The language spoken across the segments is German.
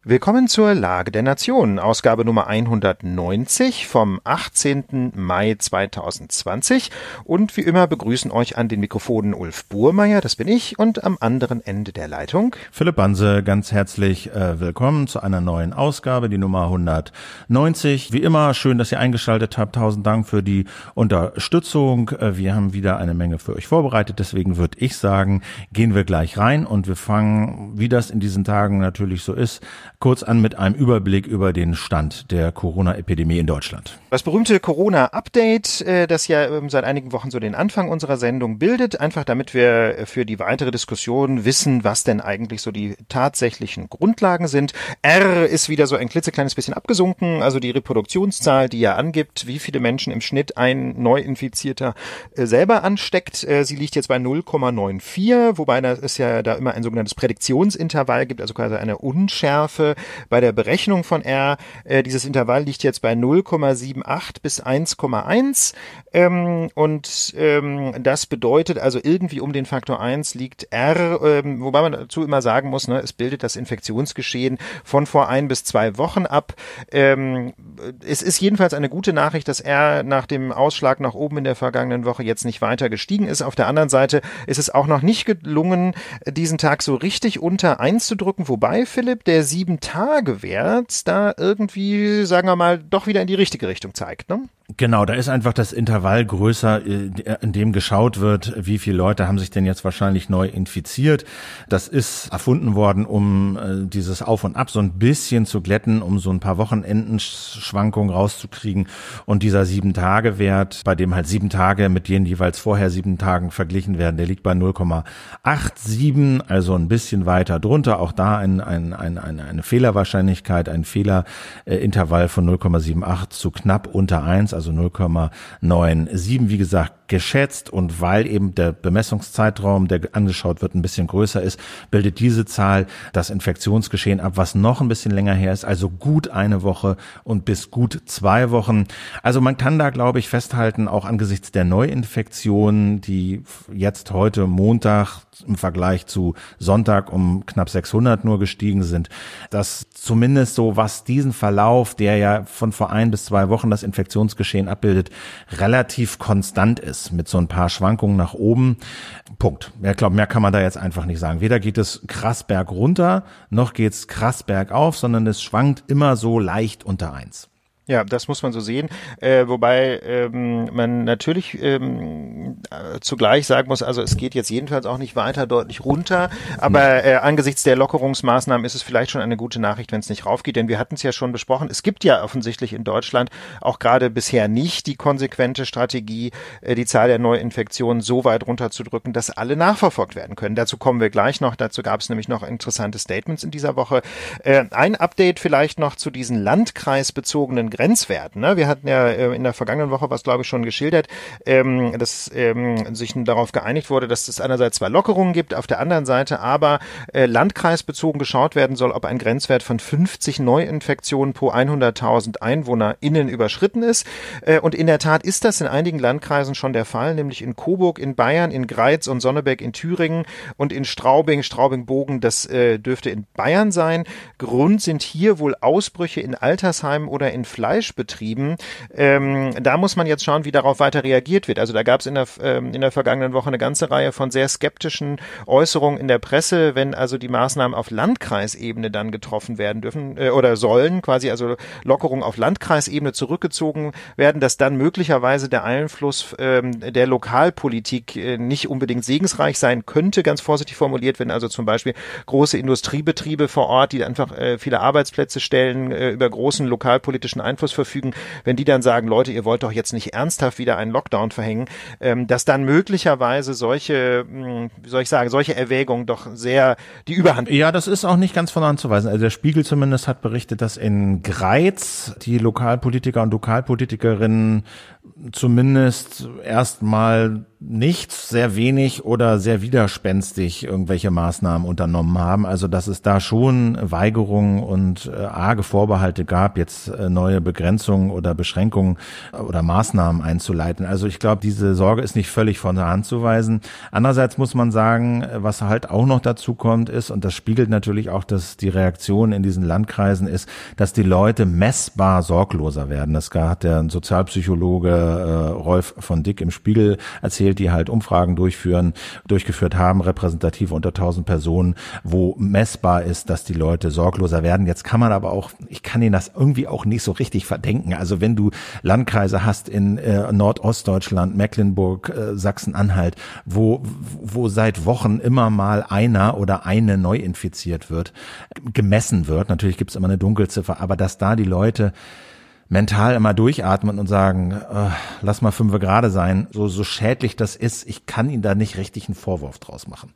Willkommen zur Lage der Nation, Ausgabe Nummer 190 vom 18. Mai 2020. Und wie immer begrüßen euch an den Mikrofonen Ulf Burmeier, das bin ich, und am anderen Ende der Leitung Philipp Banse, ganz herzlich willkommen zu einer neuen Ausgabe, die Nummer 190. Wie immer, schön, dass ihr eingeschaltet habt. Tausend Dank für die Unterstützung. Wir haben wieder eine Menge für euch vorbereitet. Deswegen würde ich sagen, gehen wir gleich rein und wir fangen, wie das in diesen Tagen natürlich so ist, kurz an mit einem Überblick über den Stand der Corona-Epidemie in Deutschland. Das berühmte Corona-Update, das ja seit einigen Wochen so den Anfang unserer Sendung bildet, einfach damit wir für die weitere Diskussion wissen, was denn eigentlich so die tatsächlichen Grundlagen sind. R ist wieder so ein klitzekleines bisschen abgesunken, also die Reproduktionszahl, die ja angibt, wie viele Menschen im Schnitt ein Neuinfizierter selber ansteckt. Sie liegt jetzt bei 0,94, wobei es ja da immer ein sogenanntes Prädiktionsintervall gibt, also quasi eine Unschärfe bei der Berechnung von R. Dieses Intervall liegt jetzt bei 0,78 bis 1,1 und das bedeutet also irgendwie um den Faktor 1 liegt R, wobei man dazu immer sagen muss, es bildet das Infektionsgeschehen von vor 1 bis 2 Wochen ab. Es ist jedenfalls eine gute Nachricht, dass R nach dem Ausschlag nach oben in der vergangenen Woche jetzt nicht weiter gestiegen ist. Auf der anderen Seite ist es auch noch nicht gelungen, diesen Tag so richtig unter 1 zu drücken, wobei, Philipp, der 7-Tage-Wert da irgendwie, sagen wir mal, doch wieder in die richtige Richtung zeigt, ne? Genau, da ist einfach das Intervall größer, in dem geschaut wird, wie viele Leute haben sich denn jetzt wahrscheinlich neu infiziert. Das ist erfunden worden, um dieses Auf und Ab so ein bisschen zu glätten, um so ein paar Wochenendenschwankungen rauszukriegen. Und dieser 7-Tage-Wert, bei dem halt 7 Tage mit den jeweils vorher 7 Tagen verglichen werden, der liegt bei 0,87, also ein bisschen weiter drunter. Auch da eine Fehlerwahrscheinlichkeit, ein Fehlerintervall von 0,78 zu knapp unter 1. Also 0,97, wie gesagt, geschätzt, und weil eben der Bemessungszeitraum, der angeschaut wird, ein bisschen größer ist, bildet diese Zahl das Infektionsgeschehen ab, was noch ein bisschen länger her ist, also gut eine Woche und bis gut 2 Wochen. Also man kann da, glaube ich, festhalten, auch angesichts der Neuinfektionen, die jetzt heute Montag im Vergleich zu Sonntag um knapp 600 nur gestiegen sind, dass zumindest so, was diesen Verlauf, der ja von vor 1 bis 2 Wochen das Infektionsgeschehen abbildet, relativ konstant ist, mit so ein paar Schwankungen nach oben. Punkt. Ich glaube, mehr kann man da jetzt einfach nicht sagen. Weder geht es krass bergunter, noch geht es krass bergauf, sondern es schwankt immer so leicht unter 1. Ja, das muss man so sehen, wobei man natürlich zugleich sagen muss, also es geht jetzt jedenfalls auch nicht weiter deutlich runter, aber angesichts der Lockerungsmaßnahmen ist es vielleicht schon eine gute Nachricht, wenn es nicht raufgeht, denn wir hatten es ja schon besprochen, es gibt ja offensichtlich in Deutschland auch gerade bisher nicht die konsequente Strategie, die Zahl der Neuinfektionen so weit runterzudrücken, dass alle nachverfolgt werden können. Dazu kommen wir gleich noch, dazu gab es nämlich noch interessante Statements in dieser Woche. Ein Update vielleicht noch zu diesen landkreisbezogenen Grenzwerten. Wir hatten ja in der vergangenen Woche was, glaube ich, schon geschildert, dass sich darauf geeinigt wurde, dass es einerseits 2 Lockerungen gibt, auf der anderen Seite aber landkreisbezogen geschaut werden soll, ob ein Grenzwert von 50 Neuinfektionen pro 100.000 EinwohnerInnen überschritten ist. Und in der Tat ist das in einigen Landkreisen schon der Fall, nämlich in Coburg in Bayern, in Greiz und Sonnebeck in Thüringen und in Straubing-Bogen, das dürfte in Bayern sein. Grund sind hier wohl Ausbrüche in Altersheimen oder in Fleischbetrieben. Da muss man jetzt schauen, wie darauf weiter reagiert wird. Also da gab es in der vergangenen Woche eine ganze Reihe von sehr skeptischen Äußerungen in der Presse, wenn also die Maßnahmen auf Landkreisebene dann getroffen werden dürfen oder sollen, quasi also Lockerungen auf Landkreisebene zurückgezogen werden, dass dann möglicherweise der Einfluss der Lokalpolitik nicht unbedingt segensreich sein könnte, ganz vorsichtig formuliert, wenn also zum Beispiel große Industriebetriebe vor Ort, die einfach viele Arbeitsplätze stellen, über großen lokalpolitischen Einfluss verfügen, wenn die dann sagen, Leute, ihr wollt doch jetzt nicht ernsthaft wieder einen Lockdown verhängen, dass dann möglicherweise solche Erwägungen doch sehr die Überhand. Ja, das ist auch nicht ganz von anzuweisen. Also der Spiegel zumindest hat berichtet, dass in Greiz die Lokalpolitiker und Lokalpolitikerinnen zumindest erstmal nichts, sehr wenig oder sehr widerspenstig irgendwelche Maßnahmen unternommen haben. Also dass es da schon Weigerungen und arge Vorbehalte gab, jetzt neue Begrenzungen oder Beschränkungen oder Maßnahmen einzuleiten. Also ich glaube, diese Sorge ist nicht völlig von der Hand zu weisen. Andererseits muss man sagen, was halt auch noch dazu kommt ist, und das spiegelt natürlich auch, dass die Reaktion in diesen Landkreisen ist, dass die Leute messbar sorgloser werden. Das hat der Sozialpsychologe Rolf von Dick im Spiegel erzählt, die halt Umfragen durchgeführt haben, repräsentativ unter 1000 Personen, wo messbar ist, dass die Leute sorgloser werden. Jetzt kann man aber auch, ich kann Ihnen das irgendwie auch nicht so richtig verdenken. Also wenn du Landkreise hast in Nordostdeutschland, Mecklenburg, Sachsen-Anhalt, wo seit Wochen immer mal einer oder eine neu infiziert wird, gemessen wird, natürlich gibt es immer eine Dunkelziffer, aber dass da die Leute mental immer durchatmen und sagen, lass mal 5 gerade sein, so schädlich das ist, ich kann Ihnen da nicht richtig einen Vorwurf draus machen.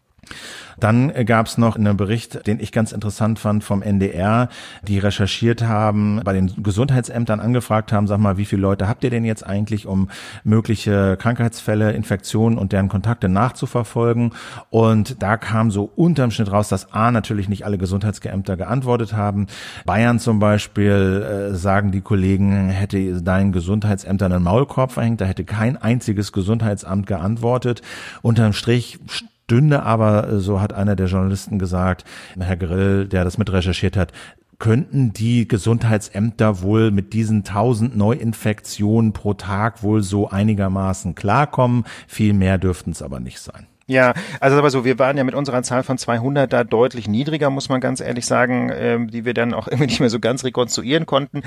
Dann gab es noch einen Bericht, den ich ganz interessant fand vom NDR, die recherchiert haben, bei den Gesundheitsämtern angefragt haben, sag mal, wie viele Leute habt ihr denn jetzt eigentlich, um mögliche Krankheitsfälle, Infektionen und deren Kontakte nachzuverfolgen? Und da kam so unterm Schnitt raus, dass natürlich nicht alle Gesundheitsämter geantwortet haben. Bayern zum Beispiel, sagen die Kollegen, hätte dein Gesundheitsämter einen Maulkorb verhängt, da hätte kein einziges Gesundheitsamt geantwortet. Unterm Strich stünde aber, so hat einer der Journalisten gesagt, Herr Grill, der das mit recherchiert hat, könnten die Gesundheitsämter wohl mit diesen 1000 Neuinfektionen pro Tag wohl so einigermaßen klarkommen. Viel mehr dürften es aber nicht sein. Ja, also aber so, wir waren ja mit unserer Zahl von 200 da deutlich niedriger, muss man ganz ehrlich sagen, die wir dann auch irgendwie nicht mehr so ganz rekonstruieren konnten.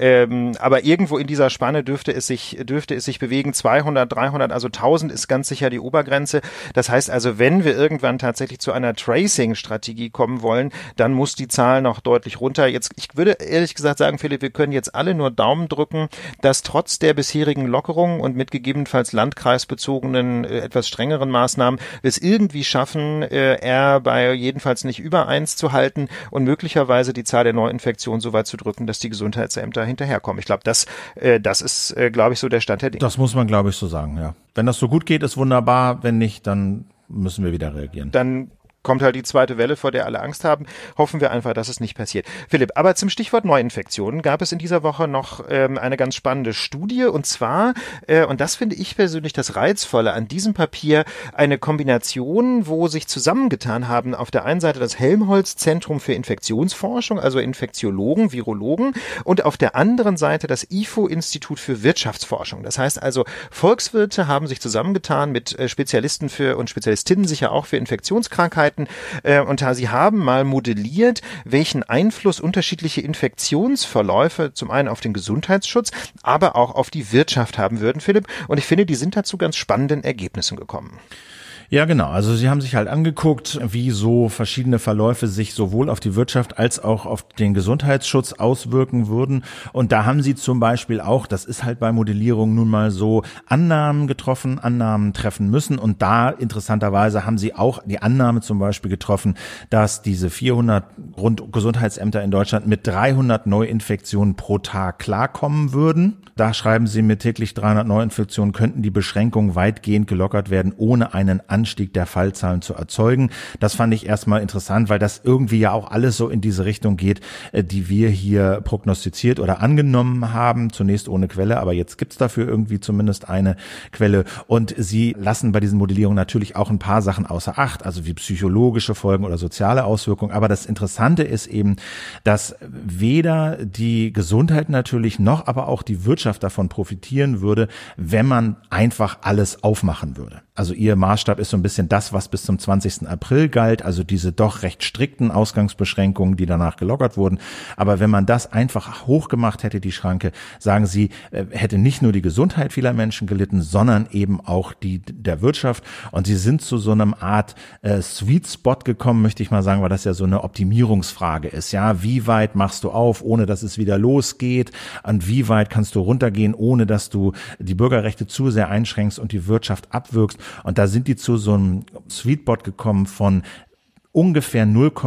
Aber irgendwo in dieser Spanne dürfte es sich bewegen. 200, 300, also 1000 ist ganz sicher die Obergrenze. Das heißt also, wenn wir irgendwann tatsächlich zu einer Tracing-Strategie kommen wollen, dann muss die Zahl noch deutlich runter. Jetzt, ich würde ehrlich gesagt sagen, Philipp, wir können jetzt alle nur Daumen drücken, dass trotz der bisherigen Lockerungen und mit gegebenenfalls landkreisbezogenen, etwas strengeren Maßnahmen wir es irgendwie schaffen, R bei jedenfalls nicht über 1 zu halten und möglicherweise die Zahl der Neuinfektionen so weit zu drücken, dass die Gesundheitsämter hinterherkommen. Ich glaube, das ist, glaube ich, so der Stand der Dinge. Das muss man, glaube ich, so sagen, ja. Wenn das so gut geht, ist wunderbar. Wenn nicht, dann müssen wir wieder reagieren. Dann kommt halt die zweite Welle, vor der alle Angst haben. Hoffen wir einfach, dass es nicht passiert. Philipp, aber zum Stichwort Neuinfektionen gab es in dieser Woche noch eine ganz spannende Studie und zwar, und das finde ich persönlich das Reizvolle an diesem Papier, eine Kombination, wo sich zusammengetan haben auf der einen Seite das Helmholtz-Zentrum für Infektionsforschung, also Infektiologen, Virologen und auf der anderen Seite das IFO-Institut für Wirtschaftsforschung. Das heißt also, Volkswirte haben sich zusammengetan mit Spezialisten und Spezialistinnen sicher auch für Infektionskrankheiten und sie haben mal modelliert, welchen Einfluss unterschiedliche Infektionsverläufe zum einen auf den Gesundheitsschutz, aber auch auf die Wirtschaft haben würden, Philipp. Und ich finde, die sind da zu ganz spannenden Ergebnissen gekommen. Ja, genau. Also sie haben sich halt angeguckt, wie so verschiedene Verläufe sich sowohl auf die Wirtschaft als auch auf den Gesundheitsschutz auswirken würden. Und da haben sie zum Beispiel auch, das ist halt bei Modellierung nun mal so, Annahmen getroffen, Annahmen treffen müssen. Und da interessanterweise haben sie auch die Annahme zum Beispiel getroffen, dass diese 400 Gesundheitsämter in Deutschland mit 300 Neuinfektionen pro Tag klarkommen würden. Da schreiben sie, mit täglich 300 Neuinfektionen könnten die Beschränkungen weitgehend gelockert werden, ohne einen Anstieg der Fallzahlen zu erzeugen. Das fand ich erstmal interessant, weil das irgendwie ja auch alles so in diese Richtung geht, die wir hier prognostiziert oder angenommen haben, zunächst ohne Quelle, aber jetzt gibt's dafür irgendwie zumindest eine Quelle. Und sie lassen bei diesen Modellierungen natürlich auch ein paar Sachen außer Acht, also wie psychologische Folgen oder soziale Auswirkungen. Aber das Interessante ist eben, dass weder die Gesundheit natürlich noch aber auch die Wirtschaft davon profitieren würde, wenn man einfach alles aufmachen würde. Also ihr Maßstab ist so ein bisschen das, was bis zum 20. April galt, also diese doch recht strikten Ausgangsbeschränkungen, die danach gelockert wurden. Aber wenn man das einfach hochgemacht hätte, die Schranke, sagen sie, hätte nicht nur die Gesundheit vieler Menschen gelitten, sondern eben auch die der Wirtschaft. Und sie sind zu so einem Art Sweet Spot gekommen, möchte ich mal sagen, weil das ja so eine Optimierungsfrage ist. Ja, wie weit machst du auf, ohne dass es wieder losgeht? Und wie weit kannst du runtergehen, ohne dass du die Bürgerrechte zu sehr einschränkst und die Wirtschaft abwirkst? Und da sind die zu so einem Sweetspot gekommen von ungefähr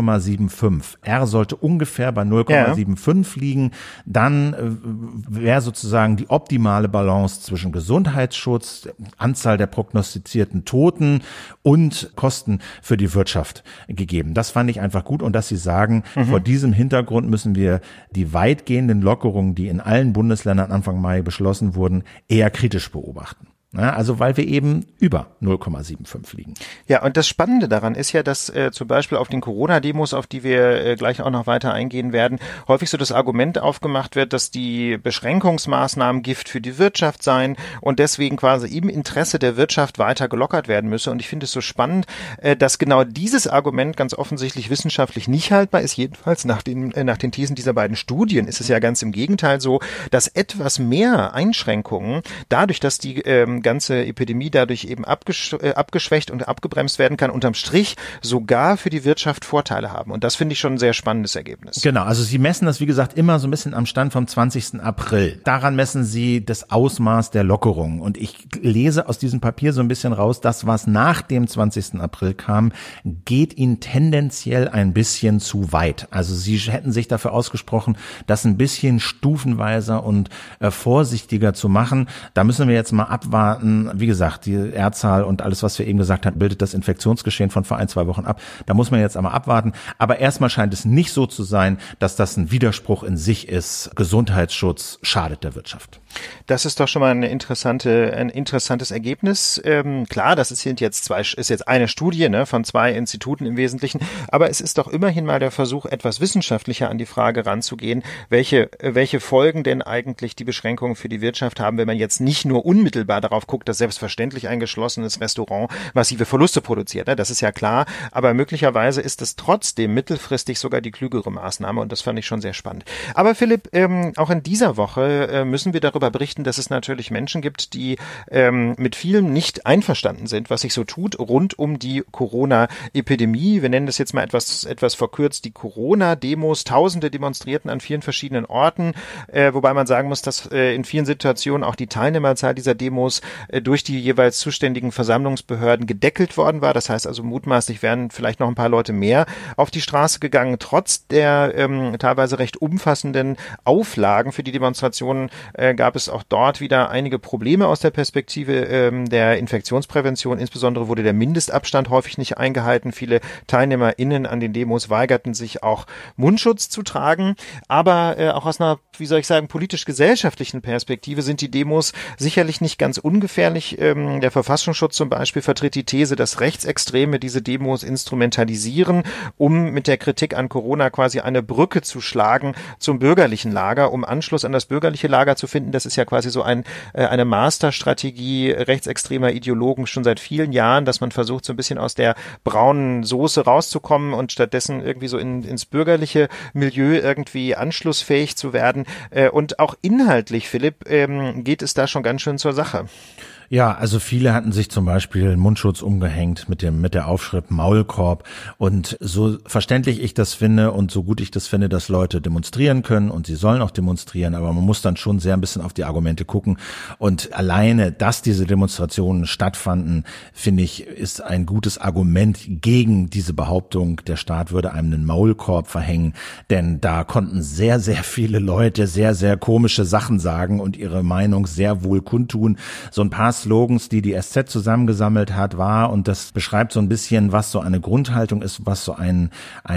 0,75. R sollte ungefähr bei 0,75 liegen. Dann wäre sozusagen die optimale Balance zwischen Gesundheitsschutz, Anzahl der prognostizierten Toten und Kosten für die Wirtschaft gegeben. Das fand ich einfach gut und dass Sie sagen, vor diesem Hintergrund müssen wir die weitgehenden Lockerungen, die in allen Bundesländern Anfang Mai beschlossen wurden, eher kritisch beobachten. Ja, also weil wir eben über 0,75 liegen. Ja, und das Spannende daran ist ja, dass zum Beispiel auf den Corona-Demos, auf die wir gleich auch noch weiter eingehen werden, häufig so das Argument aufgemacht wird, dass die Beschränkungsmaßnahmen Gift für die Wirtschaft seien und deswegen quasi im Interesse der Wirtschaft weiter gelockert werden müsse. Und ich finde es so spannend, dass genau dieses Argument ganz offensichtlich wissenschaftlich nicht haltbar ist. Jedenfalls nach den Thesen dieser beiden Studien ist es ja ganz im Gegenteil so, dass etwas mehr Einschränkungen dadurch, dass die ganze Epidemie dadurch eben abgeschwächt und abgebremst werden kann, unterm Strich sogar für die Wirtschaft Vorteile haben. Und das finde ich schon ein sehr spannendes Ergebnis. Genau, also Sie messen das, wie gesagt, immer so ein bisschen am Stand vom 20. April. Daran messen Sie das Ausmaß der Lockerung. Und ich lese aus diesem Papier so ein bisschen raus, das, was nach dem 20. April kam, geht Ihnen tendenziell ein bisschen zu weit. Also Sie hätten sich dafür ausgesprochen, das ein bisschen stufenweiser und vorsichtiger zu machen. Da müssen wir jetzt mal abwarten. Wie gesagt, die R-Zahl und alles, was wir eben gesagt haben, bildet das Infektionsgeschehen von vor 1-2 Wochen ab. Da muss man jetzt einmal abwarten. Aber erstmal scheint es nicht so zu sein, dass das ein Widerspruch in sich ist. Gesundheitsschutz schadet der Wirtschaft. Das ist doch schon mal ein interessantes Ergebnis. Klar, das ist jetzt eine Studie, ne, von 2 Instituten im Wesentlichen. Aber es ist doch immerhin mal der Versuch, etwas wissenschaftlicher an die Frage ranzugehen, welche Folgen denn eigentlich die Beschränkungen für die Wirtschaft haben, wenn man jetzt nicht nur unmittelbar darauf guckt, dass selbstverständlich ein geschlossenes Restaurant massive Verluste produziert. Ne? Das ist ja klar. Aber möglicherweise ist es trotzdem mittelfristig sogar die klügere Maßnahme. Und das fand ich schon sehr spannend. Aber Philipp, auch in dieser Woche müssen wir darüber berichten, dass es natürlich Menschen gibt, die mit vielem nicht einverstanden sind, was sich so tut rund um die Corona-Epidemie. Wir nennen das jetzt mal etwas verkürzt die Corona-Demos. Tausende demonstrierten an vielen verschiedenen Orten, wobei man sagen muss, dass in vielen Situationen auch die Teilnehmerzahl dieser Demos durch die jeweils zuständigen Versammlungsbehörden gedeckelt worden war. Das heißt also mutmaßlich wären vielleicht noch ein paar Leute mehr auf die Straße gegangen. Trotz der teilweise recht umfassenden Auflagen für die Demonstrationen gab es auch dort wieder einige Probleme aus der Perspektive der Infektionsprävention. Insbesondere wurde der Mindestabstand häufig nicht eingehalten. Viele TeilnehmerInnen an den Demos weigerten sich auch Mundschutz zu tragen. Aber auch aus einer, wie soll ich sagen, politisch-gesellschaftlichen Perspektive sind die Demos sicherlich nicht ganz ungefährlich. Der Verfassungsschutz zum Beispiel vertritt die These, dass Rechtsextreme diese Demos instrumentalisieren, um mit der Kritik an Corona quasi eine Brücke zu schlagen zum bürgerlichen Lager, um Anschluss an das bürgerliche Lager zu finden. Das ist ja quasi so eine Masterstrategie rechtsextremer Ideologen schon seit vielen Jahren, dass man versucht, so ein bisschen aus der braunen Soße rauszukommen und stattdessen irgendwie so ins bürgerliche Milieu irgendwie anschlussfähig zu werden. Und auch inhaltlich, Philipp, geht es da schon ganz schön zur Sache. Ja, also viele hatten sich zum Beispiel Mundschutz umgehängt mit der Aufschrift Maulkorb. Und so verständlich ich das finde und so gut ich das finde, dass Leute demonstrieren können und sie sollen auch demonstrieren, aber man muss dann schon sehr ein bisschen auf die Argumente gucken. Und alleine, dass diese Demonstrationen stattfanden, finde ich, ist ein gutes Argument gegen diese Behauptung, der Staat würde einem einen Maulkorb verhängen. Denn da konnten sehr, sehr viele Leute sehr, sehr komische Sachen sagen und ihre Meinung sehr wohl kundtun. So ein paar Slogans, die SZ zusammengesammelt hat, war, und das beschreibt so ein bisschen, was so eine Grundhaltung ist, was so eine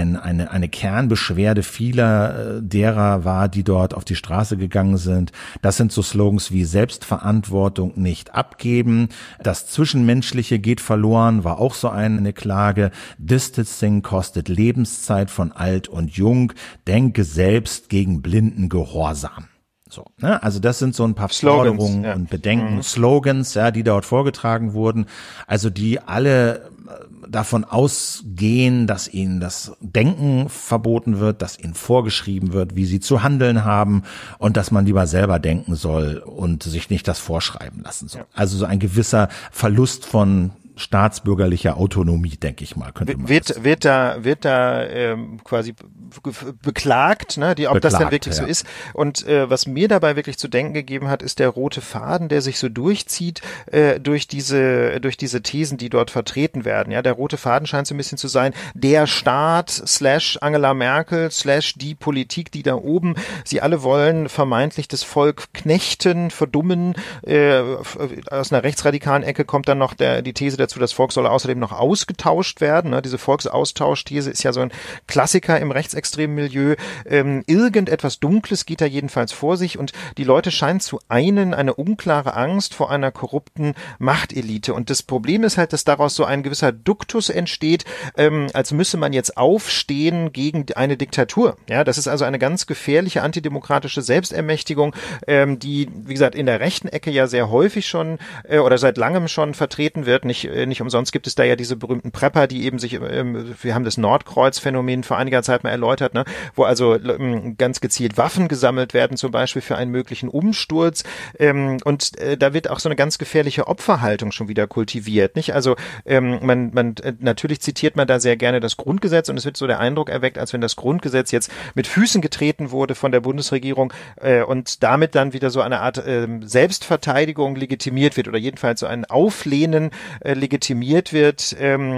Kernbeschwerde vieler derer war, die dort auf die Straße gegangen sind. Das sind so Slogans wie Selbstverantwortung nicht abgeben, das Zwischenmenschliche geht verloren, war auch so eine Klage, Distancing kostet Lebenszeit von alt und jung, denke selbst gegen blinden Gehorsam. So, ne? Also das sind so ein paar Slogans, Forderungen und Bedenken, Slogans, ja, die dort vorgetragen wurden, also die alle davon ausgehen, dass ihnen das Denken verboten wird, dass ihnen vorgeschrieben wird, wie sie zu handeln haben und dass man lieber selber denken soll und sich nicht das vorschreiben lassen soll. Also so ein gewisser Verlust von staatsbürgerlicher Autonomie, denke ich mal. Wird da quasi beklagt, ne, ob das dann wirklich so ist. Und was mir dabei wirklich zu denken gegeben hat, ist der rote Faden, der sich so durchzieht durch diese Thesen, die dort vertreten werden. Ja, der rote Faden scheint so ein bisschen zu sein, der Staat / Angela Merkel / die Politik, die da oben, sie alle wollen vermeintlich das Volk knechten, verdummen. Aus einer rechtsradikalen Ecke kommt dann noch die These dazu, das Volk soll außerdem noch ausgetauscht werden. Ne? Diese Volksaustauschthese ist ja so ein Klassiker im rechtsextremen Milieu. Irgendetwas Dunkles geht da jedenfalls vor sich und die Leute scheinen zu eine unklare Angst vor einer korrupten Machtelite. Und das Problem ist halt, dass daraus so ein gewisser Duktus entsteht, als müsse man jetzt aufstehen gegen eine Diktatur. Ja, das ist also eine ganz gefährliche antidemokratische Selbstermächtigung, die, wie gesagt, in der rechten Ecke ja sehr häufig schon oder seit langem schon vertreten wird. Nicht umsonst gibt es da ja diese berühmten Prepper, die eben sich, wir haben das Nordkreuz-Phänomen vor einiger Zeit mal erläutert, ne, wo also ganz gezielt Waffen gesammelt werden, zum Beispiel für einen möglichen Umsturz. Und da wird auch so eine ganz gefährliche Opferhaltung schon wieder kultiviert, nicht? Also natürlich zitiert man da sehr gerne das Grundgesetz und es wird so der Eindruck erweckt, als wenn das Grundgesetz jetzt mit Füßen getreten wurde von der Bundesregierung und damit dann wieder so eine Art Selbstverteidigung legitimiert wird oder jedenfalls so ein Auflehnen legitimiert wird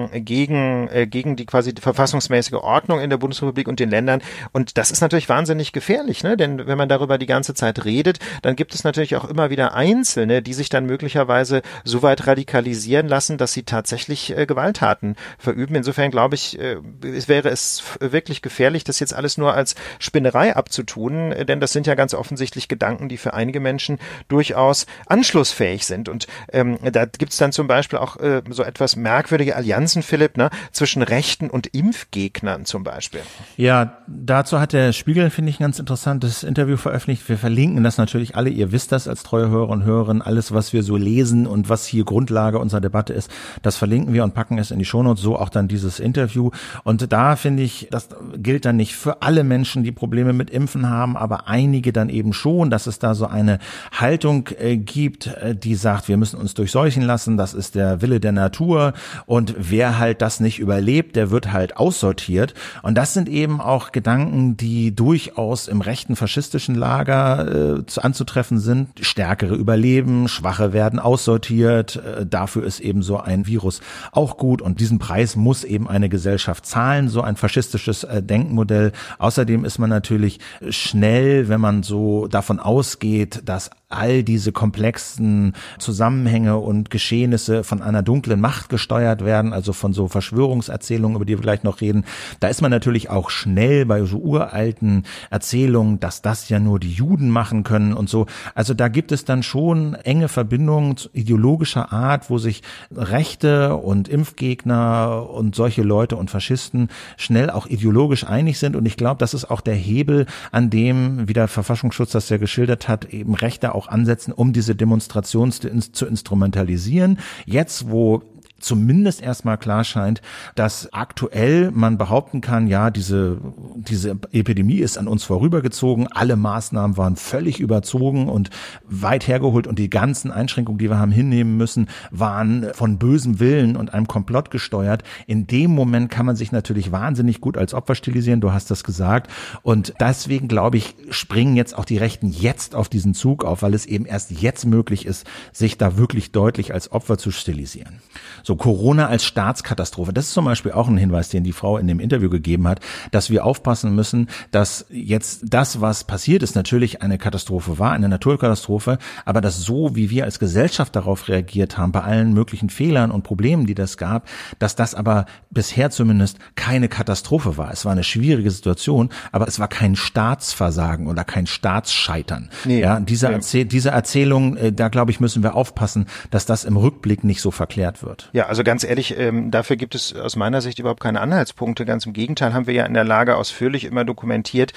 gegen die quasi verfassungsmäßige Ordnung in der Bundesrepublik und den Ländern. Und das ist natürlich wahnsinnig gefährlich, ne? Denn wenn man darüber die ganze Zeit redet, dann gibt es natürlich auch immer wieder Einzelne, die sich dann möglicherweise so weit radikalisieren lassen, dass sie tatsächlich Gewalttaten verüben. Insofern glaube ich, wäre es wirklich gefährlich, das jetzt alles nur als Spinnerei abzutun, denn das sind ja ganz offensichtlich Gedanken, die für einige Menschen durchaus anschlussfähig sind. Und da gibt's dann zum Beispiel auch so etwas merkwürdige Allianzen, Philipp, ne, zwischen Rechten und Impfgegnern zum Beispiel. Ja, dazu hat der Spiegel, finde ich, ein ganz interessantes Interview veröffentlicht. Wir verlinken das natürlich alle. Ihr wisst das als treue Hörer und Hörerinnen. Alles, was wir so lesen und was hier Grundlage unserer Debatte ist, das verlinken wir und packen es in die Shownotes. So auch dann dieses Interview. Und da finde ich, das gilt dann nicht für alle Menschen, die Probleme mit Impfen haben, aber einige dann eben schon, dass es da so eine Haltung gibt, die sagt, wir müssen uns durchseuchen lassen. Das ist der Wille der Natur. Und wer halt das nicht überlebt, der wird halt aussortiert. Und das sind eben auch Gedanken, die durchaus im rechten faschistischen Lager anzutreffen sind. Stärkere überleben, Schwache werden aussortiert. Dafür ist eben so ein Virus auch gut. Und diesen Preis muss eben eine Gesellschaft zahlen, so ein faschistisches Denkmodell. Außerdem ist man natürlich schnell, wenn man so davon ausgeht, dass all diese komplexen Zusammenhänge und Geschehnisse von einer dunklen Macht gesteuert werden, also von so Verschwörungserzählungen, über die wir gleich noch reden. Da ist man natürlich auch schnell bei so uralten Erzählungen, dass das ja nur die Juden machen können und so. Also da gibt es dann schon enge Verbindungen ideologischer Art, wo sich Rechte und Impfgegner und solche Leute und Faschisten schnell auch ideologisch einig sind. Und ich glaube, das ist auch der Hebel, an dem, wie der Verfassungsschutz das ja geschildert hat, eben Rechte auch ansetzen, um diese Demonstration zu instrumentalisieren. Jetzt, wo zumindest erstmal klar scheint, dass aktuell man behaupten kann, ja, diese Epidemie ist an uns vorübergezogen, alle Maßnahmen waren völlig überzogen und weit hergeholt und die ganzen Einschränkungen, die wir haben hinnehmen müssen, waren von bösem Willen und einem Komplott gesteuert. In dem Moment kann man sich natürlich wahnsinnig gut als Opfer stilisieren, du hast das gesagt, und deswegen, glaube ich, springen jetzt auch die Rechten jetzt auf diesen Zug auf, weil es eben erst jetzt möglich ist, sich da wirklich deutlich als Opfer zu stilisieren. So, Corona als Staatskatastrophe, das ist zum Beispiel auch ein Hinweis, den die Frau in dem Interview gegeben hat, dass wir aufpassen müssen, dass jetzt das, was passiert ist, natürlich eine Katastrophe war, eine Naturkatastrophe, aber dass so, wie wir als Gesellschaft darauf reagiert haben, bei allen möglichen Fehlern und Problemen, die das gab, dass das aber bisher zumindest keine Katastrophe war. Es war eine schwierige Situation, aber es war kein Staatsversagen oder kein Staatsscheitern. Nee, ja, diese Erzählung, da glaube ich, müssen wir aufpassen, dass das im Rückblick nicht so verklärt wird. Ja, also ganz ehrlich, dafür gibt es aus meiner Sicht überhaupt keine Anhaltspunkte. Ganz im Gegenteil haben wir ja in der Lage ausführlich immer dokumentiert,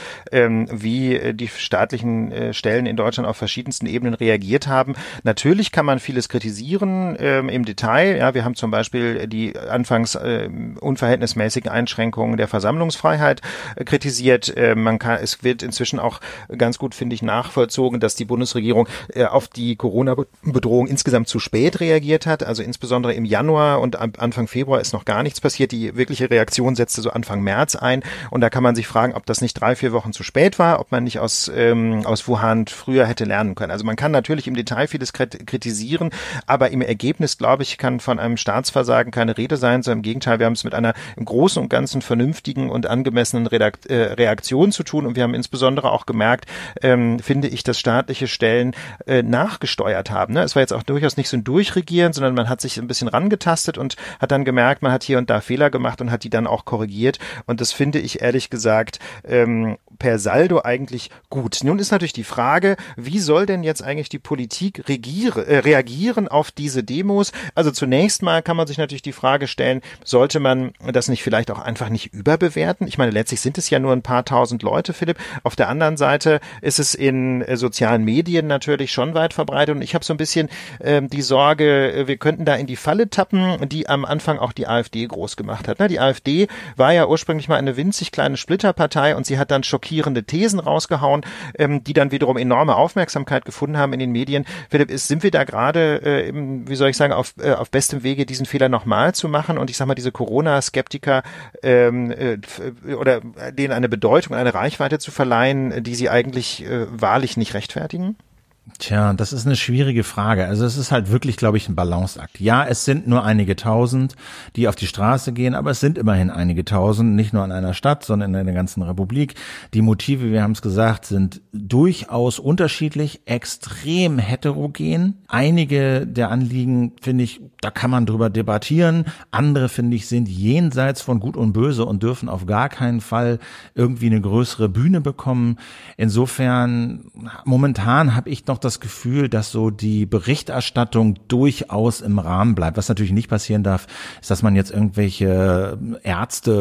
wie die staatlichen Stellen in Deutschland auf verschiedensten Ebenen reagiert haben. Natürlich kann man vieles kritisieren im Detail. Ja, wir haben zum Beispiel die anfangs unverhältnismäßigen Einschränkungen der Versammlungsfreiheit kritisiert. Es wird inzwischen auch ganz gut, finde ich, nachvollzogen, dass die Bundesregierung auf die Corona-Bedrohung insgesamt zu spät reagiert hat. Also insbesondere im Januar Januar und Anfang Februar ist noch gar nichts passiert. Die wirkliche Reaktion setzte so Anfang März ein und da kann man sich fragen, ob das nicht 3-4 Wochen zu spät war, ob man nicht aus Wuhan früher hätte lernen können. Also man kann natürlich im Detail vieles kritisieren, aber im Ergebnis, glaube ich, kann von einem Staatsversagen keine Rede sein, sondern im Gegenteil, wir haben es mit einer im Großen und Ganzen vernünftigen und angemessenen Reaktion zu tun und wir haben insbesondere auch gemerkt, finde ich, dass staatliche Stellen nachgesteuert haben. Ne? Es war jetzt auch durchaus nicht so ein Durchregieren, sondern man hat sich ein bisschen rangetastet und hat dann gemerkt, man hat hier und da Fehler gemacht und hat die dann auch korrigiert und das finde ich ehrlich gesagt per Saldo eigentlich gut. Nun ist natürlich die Frage, wie soll denn jetzt eigentlich die Politik reagieren auf diese Demos? Also zunächst mal kann man sich natürlich die Frage stellen, sollte man das nicht vielleicht auch einfach nicht überbewerten? Ich meine, letztlich sind es ja nur ein paar tausend Leute, Philipp. Auf der anderen Seite ist es in sozialen Medien natürlich schon weit verbreitet und ich habe so ein bisschen die Sorge, wir könnten da in die Falle tappen, die am Anfang auch die AfD groß gemacht hat. Die AfD war ja ursprünglich mal eine winzig kleine Splitterpartei und sie hat dann schockierende Thesen rausgehauen, die dann wiederum enorme Aufmerksamkeit gefunden haben in den Medien. Philipp, sind wir da gerade, wie soll ich sagen, auf bestem Wege, diesen Fehler nochmal zu machen und ich sag mal, diese Corona-Skeptiker oder denen eine Bedeutung, eine Reichweite zu verleihen, die sie eigentlich wahrlich nicht rechtfertigen? Tja, das ist eine schwierige Frage. Also es ist halt wirklich, glaube ich, ein Balanceakt. Ja, es sind nur einige tausend, die auf die Straße gehen, aber es sind immerhin einige tausend, nicht nur in einer Stadt, sondern in der ganzen Republik. Die Motive, wir haben es gesagt, sind durchaus unterschiedlich, extrem heterogen. Einige der Anliegen, finde ich, da kann man drüber debattieren. Andere, finde ich, sind jenseits von Gut und Böse und dürfen auf gar keinen Fall irgendwie eine größere Bühne bekommen. Insofern, momentan habe ich noch das Gefühl, dass so die Berichterstattung durchaus im Rahmen bleibt. Was natürlich nicht passieren darf, ist, dass man jetzt irgendwelche Ärzte,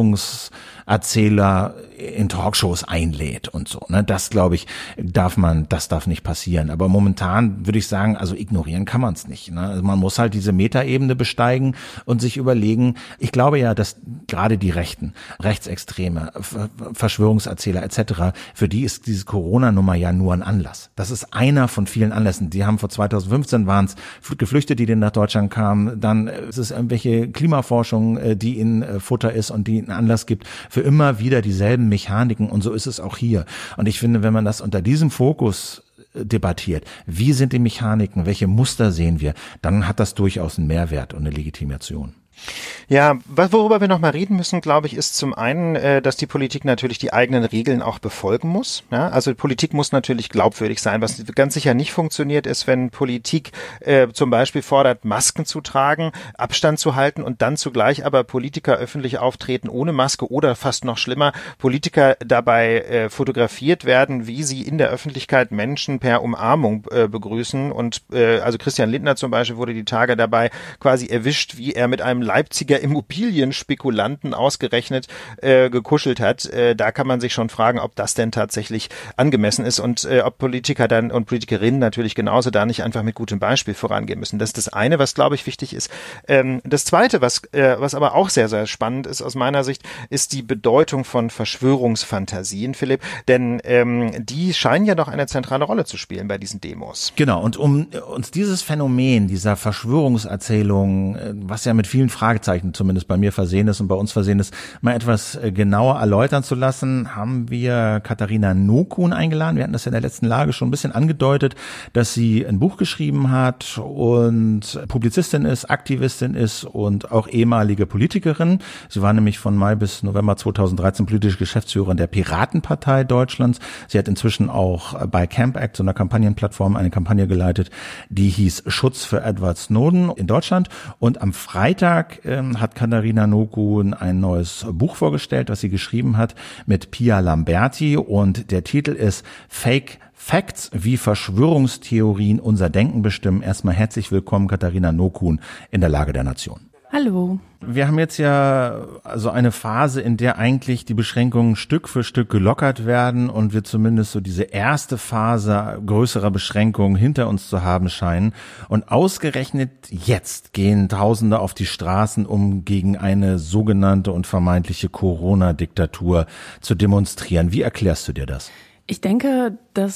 Verschwörungserzähler in Talkshows einlädt und so. Das, glaube ich, darf nicht passieren. Aber momentan würde ich sagen, also ignorieren kann man es nicht. Also man muss halt diese Metaebene besteigen und sich überlegen, ich glaube ja, dass gerade die Rechten, Rechtsextreme, Verschwörungserzähler etc., für die ist diese Corona-Nummer ja nur ein Anlass. Das ist einer von vielen Anlässen. Die haben 2015 waren es Geflüchtete, die nach Deutschland kamen. Dann ist es irgendwelche Klimaforschung, die in Futter ist und die einen Anlass gibt für immer wieder dieselben Mechaniken. Und so ist es auch hier. Und ich finde, wenn man das unter diesem Fokus debattiert, wie sind die Mechaniken, welche Muster sehen wir, dann hat das durchaus einen Mehrwert und eine Legitimation. Ja, worüber wir noch mal reden müssen, glaube ich, ist zum einen, dass die Politik natürlich die eigenen Regeln auch befolgen muss. Ja? Also die Politik muss natürlich glaubwürdig sein. Was ganz sicher nicht funktioniert, ist, wenn Politik zum Beispiel fordert, Masken zu tragen, Abstand zu halten und dann zugleich aber Politiker öffentlich auftreten ohne Maske oder fast noch schlimmer, Politiker dabei fotografiert werden, wie sie in der Öffentlichkeit Menschen per Umarmung begrüßen. Und also Christian Lindner zum Beispiel wurde die Tage dabei quasi erwischt, wie er mit einem Leipziger Immobilienspekulanten ausgerechnet gekuschelt hat. Da kann man sich schon fragen, ob das denn tatsächlich angemessen ist und ob Politiker dann und Politikerinnen natürlich genauso da nicht einfach mit gutem Beispiel vorangehen müssen. Das ist das eine, was, glaube ich, wichtig ist. Das zweite, was aber auch sehr, sehr spannend ist aus meiner Sicht, ist die Bedeutung von Verschwörungsfantasien, Philipp, denn die scheinen ja doch eine zentrale Rolle zu spielen bei diesen Demos. Genau, und um uns dieses Phänomen dieser Verschwörungserzählung, was ja mit vielen Fragezeichen zumindest bei mir versehen ist und bei uns versehen ist, mal etwas genauer erläutern zu lassen, haben wir Katharina Nokun eingeladen. Wir hatten das ja in der letzten Lage schon ein bisschen angedeutet, dass sie ein Buch geschrieben hat und Publizistin ist, Aktivistin ist und auch ehemalige Politikerin. Sie war nämlich von Mai bis November 2013 politische Geschäftsführerin der Piratenpartei Deutschlands. Sie hat inzwischen auch bei Camp Act, so einer Kampagnenplattform, eine Kampagne geleitet, die hieß Schutz für Edward Snowden in Deutschland. Und am Freitag hat Katharina Nokun ein neues Buch vorgestellt, was sie geschrieben hat mit Pia Lamberti, und der Titel ist Fake Facts, wie Verschwörungstheorien unser Denken bestimmen. Erstmal herzlich willkommen, Katharina Nokun, in der Lage der Nation. Hallo. Wir haben jetzt ja also eine Phase, in der eigentlich die Beschränkungen Stück für Stück gelockert werden und wir zumindest so diese erste Phase größerer Beschränkungen hinter uns zu haben scheinen. Und ausgerechnet jetzt gehen Tausende auf die Straßen, um gegen eine sogenannte und vermeintliche Corona-Diktatur zu demonstrieren. Wie erklärst du dir das? Ich denke, dass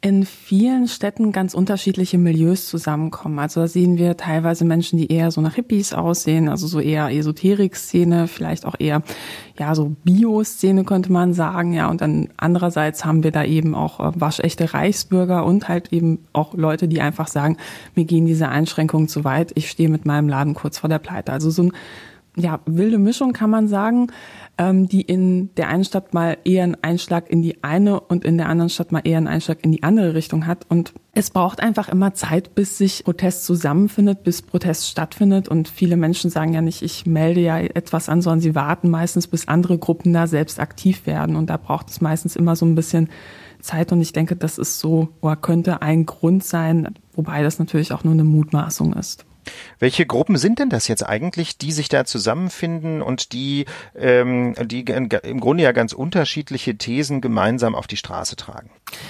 in vielen Städten ganz unterschiedliche Milieus zusammenkommen. Also da sehen wir teilweise Menschen, die eher so nach Hippies aussehen, also so eher Esoterik-Szene, vielleicht auch eher ja so Bio-Szene könnte man sagen, ja. Und dann andererseits haben wir da eben auch waschechte Reichsbürger und halt eben auch Leute, die einfach sagen, mir gehen diese Einschränkungen zu weit, ich stehe mit meinem Laden kurz vor der Pleite. Also so eine wilde Mischung kann man sagen, die in der einen Stadt mal eher einen Einschlag in die eine und in der anderen Stadt mal eher einen Einschlag in die andere Richtung hat. Und es braucht einfach immer Zeit, bis sich Protest zusammenfindet, bis Protest stattfindet. Und viele Menschen sagen ja nicht, ich melde ja etwas an, sondern sie warten meistens, bis andere Gruppen da selbst aktiv werden. Und da braucht es meistens immer so ein bisschen Zeit. Und ich denke, das ist so oder könnte ein Grund sein, wobei das natürlich auch nur eine Mutmaßung ist. Welche Gruppen sind denn das jetzt eigentlich, die sich da zusammenfinden und die im Grunde ja ganz unterschiedliche Thesen gemeinsam auf die Straße tragen?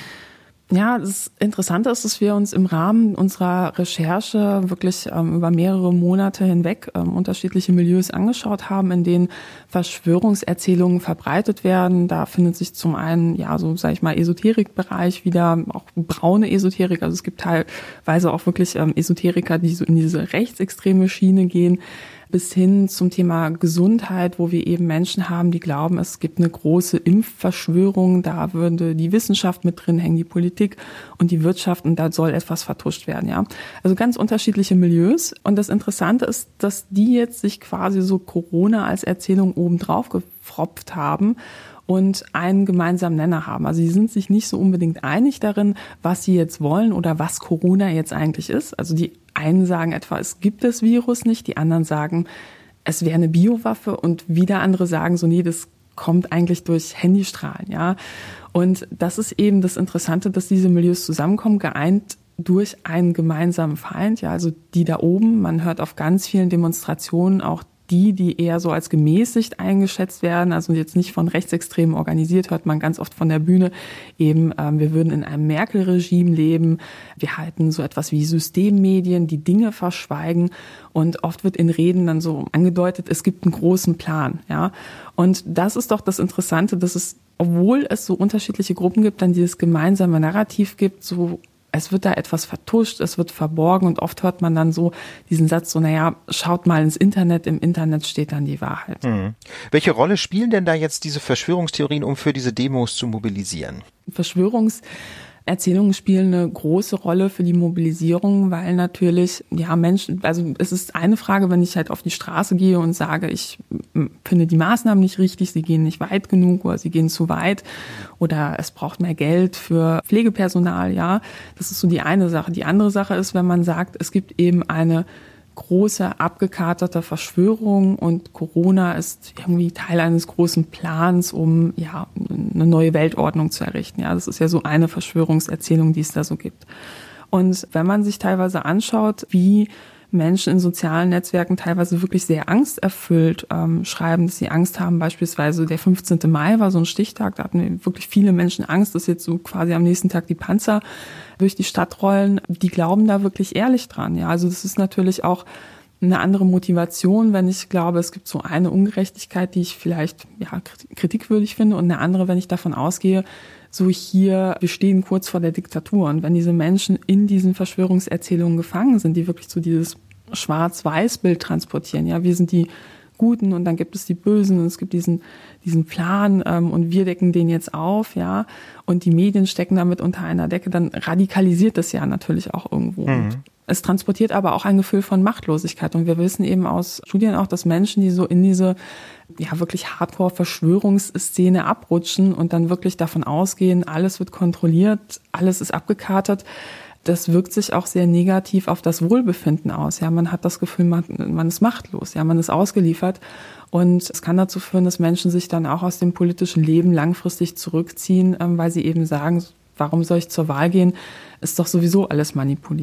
Ja, das Interessante ist, dass wir uns im Rahmen unserer Recherche wirklich über mehrere Monate hinweg unterschiedliche Milieus angeschaut haben, in denen Verschwörungserzählungen verbreitet werden. Da findet sich zum einen, ja, so sage ich mal, Esoterikbereich wieder, auch braune Esoterik. Also es gibt teilweise auch wirklich Esoteriker, die so in diese rechtsextreme Schiene gehen, bis hin zum Thema Gesundheit, wo wir eben Menschen haben, die glauben, es gibt eine große Impfverschwörung, da würde die Wissenschaft mit drin hängen, die Politik und die Wirtschaft und da soll etwas vertuscht werden, ja. Also ganz unterschiedliche Milieus und das Interessante ist, dass die jetzt sich quasi so Corona als Erzählung obendrauf gefropft haben und einen gemeinsamen Nenner haben. Also sie sind sich nicht so unbedingt einig darin, was sie jetzt wollen oder was Corona jetzt eigentlich ist. Also die einen sagen etwa, es gibt das Virus nicht, die anderen sagen, es wäre eine Biowaffe und wieder andere sagen so, nee, das kommt eigentlich durch Handystrahlen, ja. Und das ist eben das Interessante, dass diese Milieus zusammenkommen, geeint durch einen gemeinsamen Feind, ja, also die da oben. Man hört auf ganz vielen Demonstrationen auch die eher so als gemäßigt eingeschätzt werden, also jetzt nicht von Rechtsextremen organisiert, hört man ganz oft von der Bühne eben, wir würden in einem Merkel-Regime leben, wir halten so etwas wie Systemmedien, die Dinge verschweigen und oft wird in Reden dann so angedeutet, es gibt einen großen Plan, ja. Und das ist doch das Interessante, dass es, obwohl es so unterschiedliche Gruppen gibt, dann dieses gemeinsame Narrativ gibt, so es wird da etwas vertuscht, es wird verborgen und oft hört man dann so diesen Satz so, naja, schaut mal ins Internet, im Internet steht dann die Wahrheit. Mhm. Welche Rolle spielen denn da jetzt diese Verschwörungstheorien, um für diese Demos zu mobilisieren? Erzählungen spielen eine große Rolle für die Mobilisierung, weil natürlich, ja, Menschen, also es ist eine Frage, wenn ich halt auf die Straße gehe und sage, ich finde die Maßnahmen nicht richtig, sie gehen nicht weit genug oder sie gehen zu weit oder es braucht mehr Geld für Pflegepersonal, ja. Das ist so die eine Sache. Die andere Sache ist, wenn man sagt, es gibt eben eine große, abgekaterte Verschwörung und Corona ist irgendwie Teil eines großen Plans, um ja eine neue Weltordnung zu errichten. Ja, das ist ja so eine Verschwörungserzählung, die es da so gibt. Und wenn man sich teilweise anschaut, wie Menschen in sozialen Netzwerken teilweise wirklich sehr angsterfüllt schreiben, dass sie Angst haben. Beispielsweise der 15. Mai war so ein Stichtag, da hatten wirklich viele Menschen Angst, dass jetzt so quasi am nächsten Tag die Panzer durch die Stadt rollen. Die glauben da wirklich ehrlich dran. Ja, also das ist natürlich auch eine andere Motivation, wenn ich glaube, es gibt so eine Ungerechtigkeit, die ich vielleicht ja kritikwürdig finde und eine andere, wenn ich davon ausgehe, so hier, wir stehen kurz vor der Diktatur. Und wenn diese Menschen in diesen Verschwörungserzählungen gefangen sind, die wirklich so dieses Schwarz-Weiß-Bild transportieren, ja, wir sind die Guten und dann gibt es die Bösen und es gibt diesen Plan und wir decken den jetzt auf, ja, und die Medien stecken damit unter einer Decke, dann radikalisiert das ja natürlich auch irgendwo. Und es transportiert aber auch ein Gefühl von Machtlosigkeit und wir wissen eben aus Studien auch, dass Menschen, die so in diese ja wirklich Hardcore-Verschwörungsszene abrutschen und dann wirklich davon ausgehen, alles wird kontrolliert, alles ist abgekatert, das wirkt sich auch sehr negativ auf das Wohlbefinden aus. Ja, man hat das Gefühl, man ist machtlos, ja, man ist ausgeliefert. Und es kann dazu führen, dass Menschen sich dann auch aus dem politischen Leben langfristig zurückziehen, weil sie eben sagen, warum soll ich zur Wahl gehen? Ist doch sowieso alles manipuliert.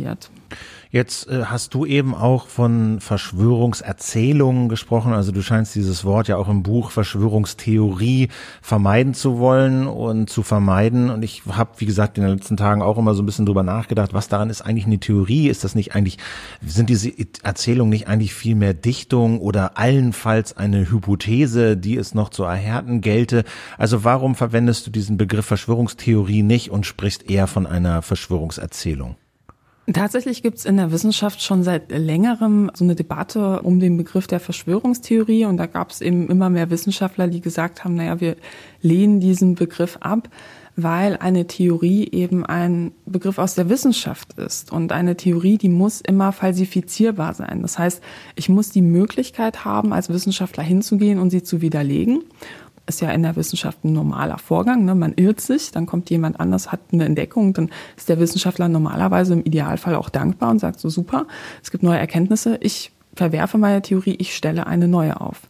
Jetzt hast du eben auch von Verschwörungserzählungen gesprochen. Also du scheinst dieses Wort ja auch im Buch Verschwörungstheorie vermeiden zu wollen und zu vermeiden. Und ich habe, wie gesagt, in den letzten Tagen auch immer so ein bisschen drüber nachgedacht, was daran ist eigentlich eine Theorie? Ist das nicht eigentlich, sind diese Erzählungen nicht eigentlich viel mehr Dichtung oder allenfalls eine Hypothese, die es noch zu erhärten gelte? Also warum verwendest du diesen Begriff Verschwörungstheorie nicht und sprichst eher von einer Verschwörungserzählung? Tatsächlich gibt es in der Wissenschaft schon seit längerem so eine Debatte um den Begriff der Verschwörungstheorie, und da gab es eben immer mehr Wissenschaftler, die gesagt haben, naja, wir lehnen diesen Begriff ab, weil eine Theorie eben ein Begriff aus der Wissenschaft ist, und eine Theorie, die muss immer falsifizierbar sein. Das heißt, ich muss die Möglichkeit haben, als Wissenschaftler hinzugehen und sie zu widerlegen. Ist ja in der Wissenschaft ein normaler Vorgang, ne? Man irrt sich, dann kommt jemand anders, hat eine Entdeckung, dann ist der Wissenschaftler normalerweise im Idealfall auch dankbar und sagt so, super, es gibt neue Erkenntnisse, ich verwerfe meine Theorie, ich stelle eine neue auf.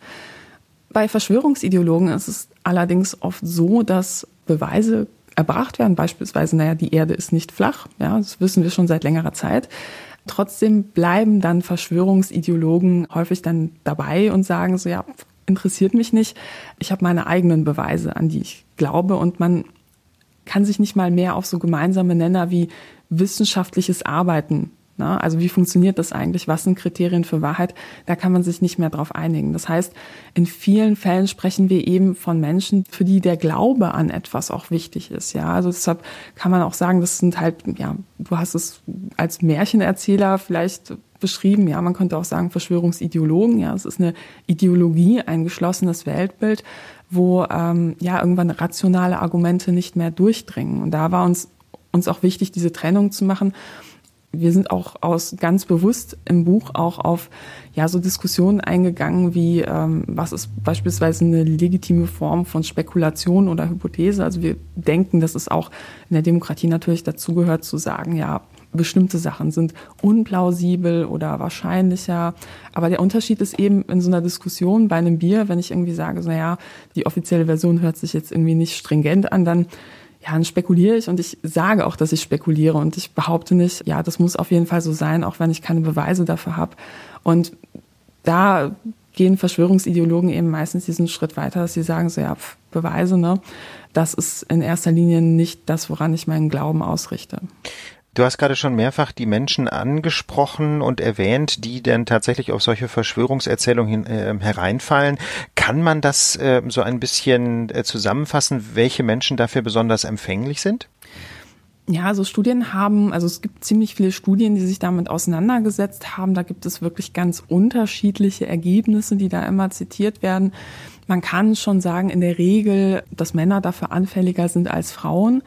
Bei Verschwörungsideologen ist es allerdings oft so, dass Beweise erbracht werden, beispielsweise, naja, die Erde ist nicht flach, ja, das wissen wir schon seit längerer Zeit. Trotzdem bleiben dann Verschwörungsideologen häufig dann dabei und sagen so, ja, interessiert mich nicht. Ich habe meine eigenen Beweise, an die ich glaube, und man kann sich nicht mal mehr auf so gemeinsame Nenner wie wissenschaftliches Arbeiten, ne? Also wie funktioniert das eigentlich? Was sind Kriterien für Wahrheit? Da kann man sich nicht mehr drauf einigen. Das heißt, in vielen Fällen sprechen wir eben von Menschen, für die der Glaube an etwas auch wichtig ist. Ja, also deshalb kann man auch sagen, das sind halt, ja, du hast es als Märchenerzähler vielleicht beschrieben. Ja, man könnte auch sagen Verschwörungsideologen. Ja, es ist eine Ideologie, ein geschlossenes Weltbild, wo irgendwann rationale Argumente nicht mehr durchdringen. Und da war uns auch wichtig, diese Trennung zu machen. Wir sind auch ganz bewusst im Buch auch auf so Diskussionen eingegangen, wie was ist beispielsweise eine legitime Form von Spekulation oder Hypothese. Also wir denken, dass es auch in der Demokratie natürlich dazugehört zu sagen, ja, bestimmte Sachen sind unplausibel oder wahrscheinlicher. Aber der Unterschied ist eben in so einer Diskussion bei einem Bier, wenn ich irgendwie sage, so ja, die offizielle Version hört sich jetzt irgendwie nicht stringent an, dann spekuliere ich, und ich sage auch, dass ich spekuliere, und ich behaupte nicht, ja, das muss auf jeden Fall so sein, auch wenn ich keine Beweise dafür habe. Und da gehen Verschwörungsideologen eben meistens diesen Schritt weiter, dass sie sagen, so ja, Beweise, ne, das ist in erster Linie nicht das, woran ich meinen Glauben ausrichte. Du hast gerade schon mehrfach die Menschen angesprochen und erwähnt, die dann tatsächlich auf solche Verschwörungserzählungen hereinfallen. Kann man das so ein bisschen zusammenfassen, welche Menschen dafür besonders empfänglich sind? Ja, also es gibt ziemlich viele Studien, die sich damit auseinandergesetzt haben. Da gibt es wirklich ganz unterschiedliche Ergebnisse, die da immer zitiert werden. Man kann schon sagen, in der Regel, dass Männer dafür anfälliger sind als Frauen.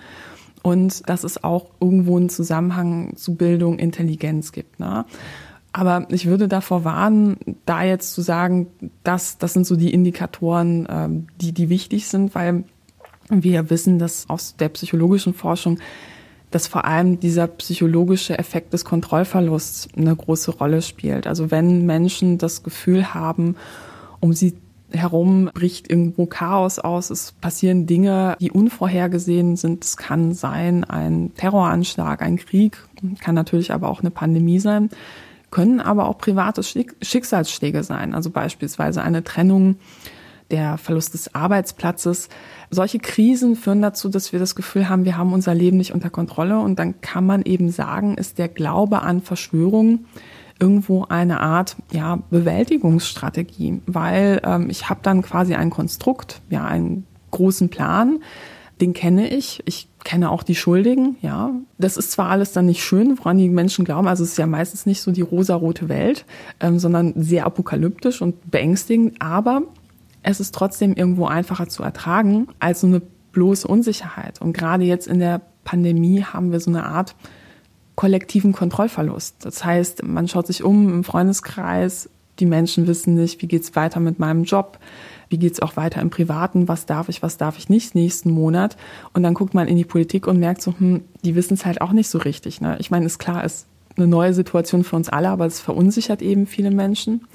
Und dass es auch irgendwo einen Zusammenhang zu Bildung, Intelligenz gibt, ne? Aber ich würde davor warnen, da jetzt zu sagen, das sind so die Indikatoren, die wichtig sind, weil wir wissen, dass aus der psychologischen Forschung, dass vor allem dieser psychologische Effekt des Kontrollverlusts eine große Rolle spielt. Also wenn Menschen das Gefühl haben, um sie herum bricht irgendwo Chaos aus, es passieren Dinge, die unvorhergesehen sind. Es kann sein ein Terroranschlag, ein Krieg, kann natürlich aber auch eine Pandemie sein, können aber auch private Schicksalsschläge sein, also beispielsweise eine Trennung, der Verlust des Arbeitsplatzes. Solche Krisen führen dazu, dass wir das Gefühl haben, wir haben unser Leben nicht unter Kontrolle, und dann kann man eben sagen, ist der Glaube an Verschwörungen irgendwo eine Art Bewältigungsstrategie, weil ich habe dann quasi ein Konstrukt, einen großen Plan, den kenne ich kenne auch die Schuldigen, ja. Das ist zwar alles dann nicht schön, woran die Menschen glauben, also es ist ja meistens nicht so die rosarote Welt, sondern sehr apokalyptisch und beängstigend, aber es ist trotzdem irgendwo einfacher zu ertragen als so eine bloße Unsicherheit. Und gerade jetzt in der Pandemie haben wir so eine Art kollektiven Kontrollverlust. Das heißt, man schaut sich im Freundeskreis, die Menschen wissen nicht, wie geht's weiter mit meinem Job, wie geht's auch weiter im Privaten, was darf ich nicht nächsten Monat. Und dann guckt man in die Politik und merkt so, die wissen es halt auch nicht so richtig, ne? Ich meine, ist klar, ist eine neue Situation für uns alle, aber es verunsichert eben viele Menschen.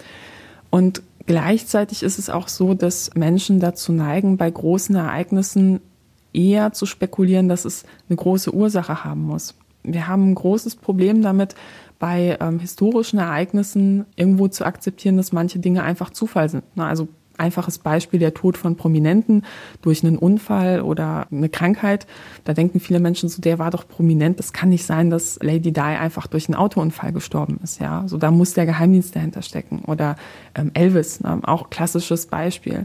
Und gleichzeitig ist es auch so, dass Menschen dazu neigen, bei großen Ereignissen eher zu spekulieren, dass es eine große Ursache haben muss. wir haben ein großes Problem damit, bei historischen Ereignissen irgendwo zu akzeptieren, dass manche Dinge einfach Zufall sind. Also einfaches Beispiel, der Tod von Prominenten durch einen Unfall oder eine Krankheit. Da denken viele Menschen so, der war doch prominent. Es kann nicht sein, dass Lady Di einfach durch einen Autounfall gestorben ist. Ja, so da muss der Geheimdienst dahinter stecken. Oder Elvis, auch klassisches Beispiel.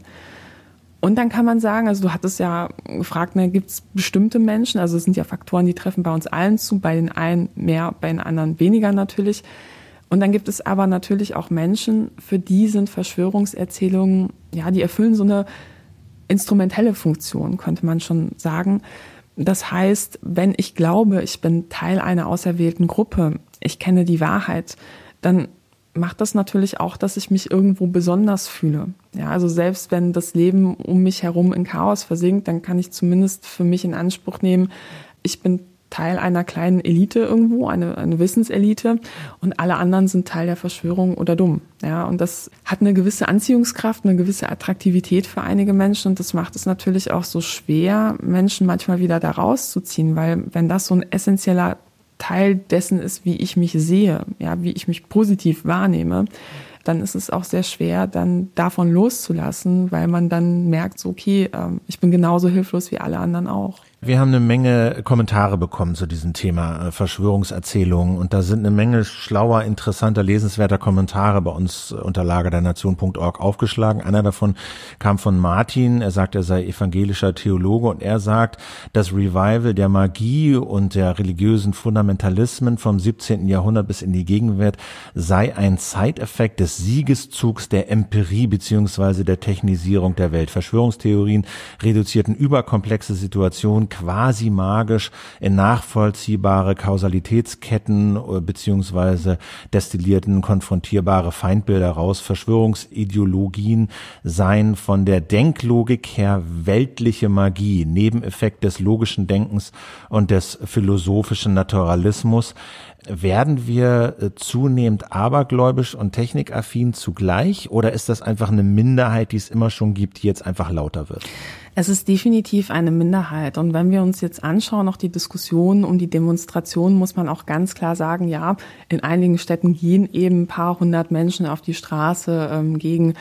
Und dann kann man sagen, also du hattest ja gefragt, gibt es bestimmte Menschen, also es sind ja Faktoren, die treffen bei uns allen zu, bei den einen mehr, bei den anderen weniger natürlich. Und dann gibt es aber natürlich auch Menschen, für die sind Verschwörungserzählungen, ja, die erfüllen so eine instrumentelle Funktion, könnte man schon sagen. Das heißt, wenn ich glaube, ich bin Teil einer auserwählten Gruppe, ich kenne die Wahrheit, dann macht das natürlich auch, dass ich mich irgendwo besonders fühle. Ja, also selbst wenn das Leben um mich herum in Chaos versinkt, dann kann ich zumindest für mich in Anspruch nehmen, ich bin Teil einer kleinen Elite irgendwo, eine Wissenselite, und alle anderen sind Teil der Verschwörung oder dumm. Ja, und das hat eine gewisse Anziehungskraft, eine gewisse Attraktivität für einige Menschen, und das macht es natürlich auch so schwer, Menschen manchmal wieder da rauszuziehen, weil wenn das so ein essentieller Teil dessen ist, wie ich mich sehe, ja, wie ich mich positiv wahrnehme, dann ist es auch sehr schwer, dann davon loszulassen, weil man dann merkt, so, okay, ich bin genauso hilflos wie alle anderen auch. Wir haben eine Menge Kommentare bekommen zu diesem Thema Verschwörungserzählungen, und da sind eine Menge schlauer, interessanter, lesenswerter Kommentare bei uns unter lagerdernation.org aufgeschlagen. Einer davon kam von Martin. Er sagt, er sei evangelischer Theologe, und er sagt, das Revival der Magie und der religiösen Fundamentalismen vom 17. Jahrhundert bis in die Gegenwart sei ein Side-Effekt des Siegeszugs der Empirie bzw. der Technisierung der Welt. Verschwörungstheorien reduzierten überkomplexe Situationen quasi magisch in nachvollziehbare Kausalitätsketten beziehungsweise destillierten konfrontierbare Feindbilder raus. Verschwörungsideologien seien von der Denklogik her weltliche Magie, Nebeneffekt des logischen Denkens und des philosophischen Naturalismus. Werden wir zunehmend abergläubisch und technikaffin zugleich, oder ist das einfach eine Minderheit, die es immer schon gibt, die jetzt einfach lauter wird? Es ist definitiv eine Minderheit. Und wenn wir uns jetzt anschauen, auch die Diskussionen um die Demonstrationen, muss man auch ganz klar sagen, ja, in einigen Städten gehen eben ein paar hundert Menschen auf die Straße gegen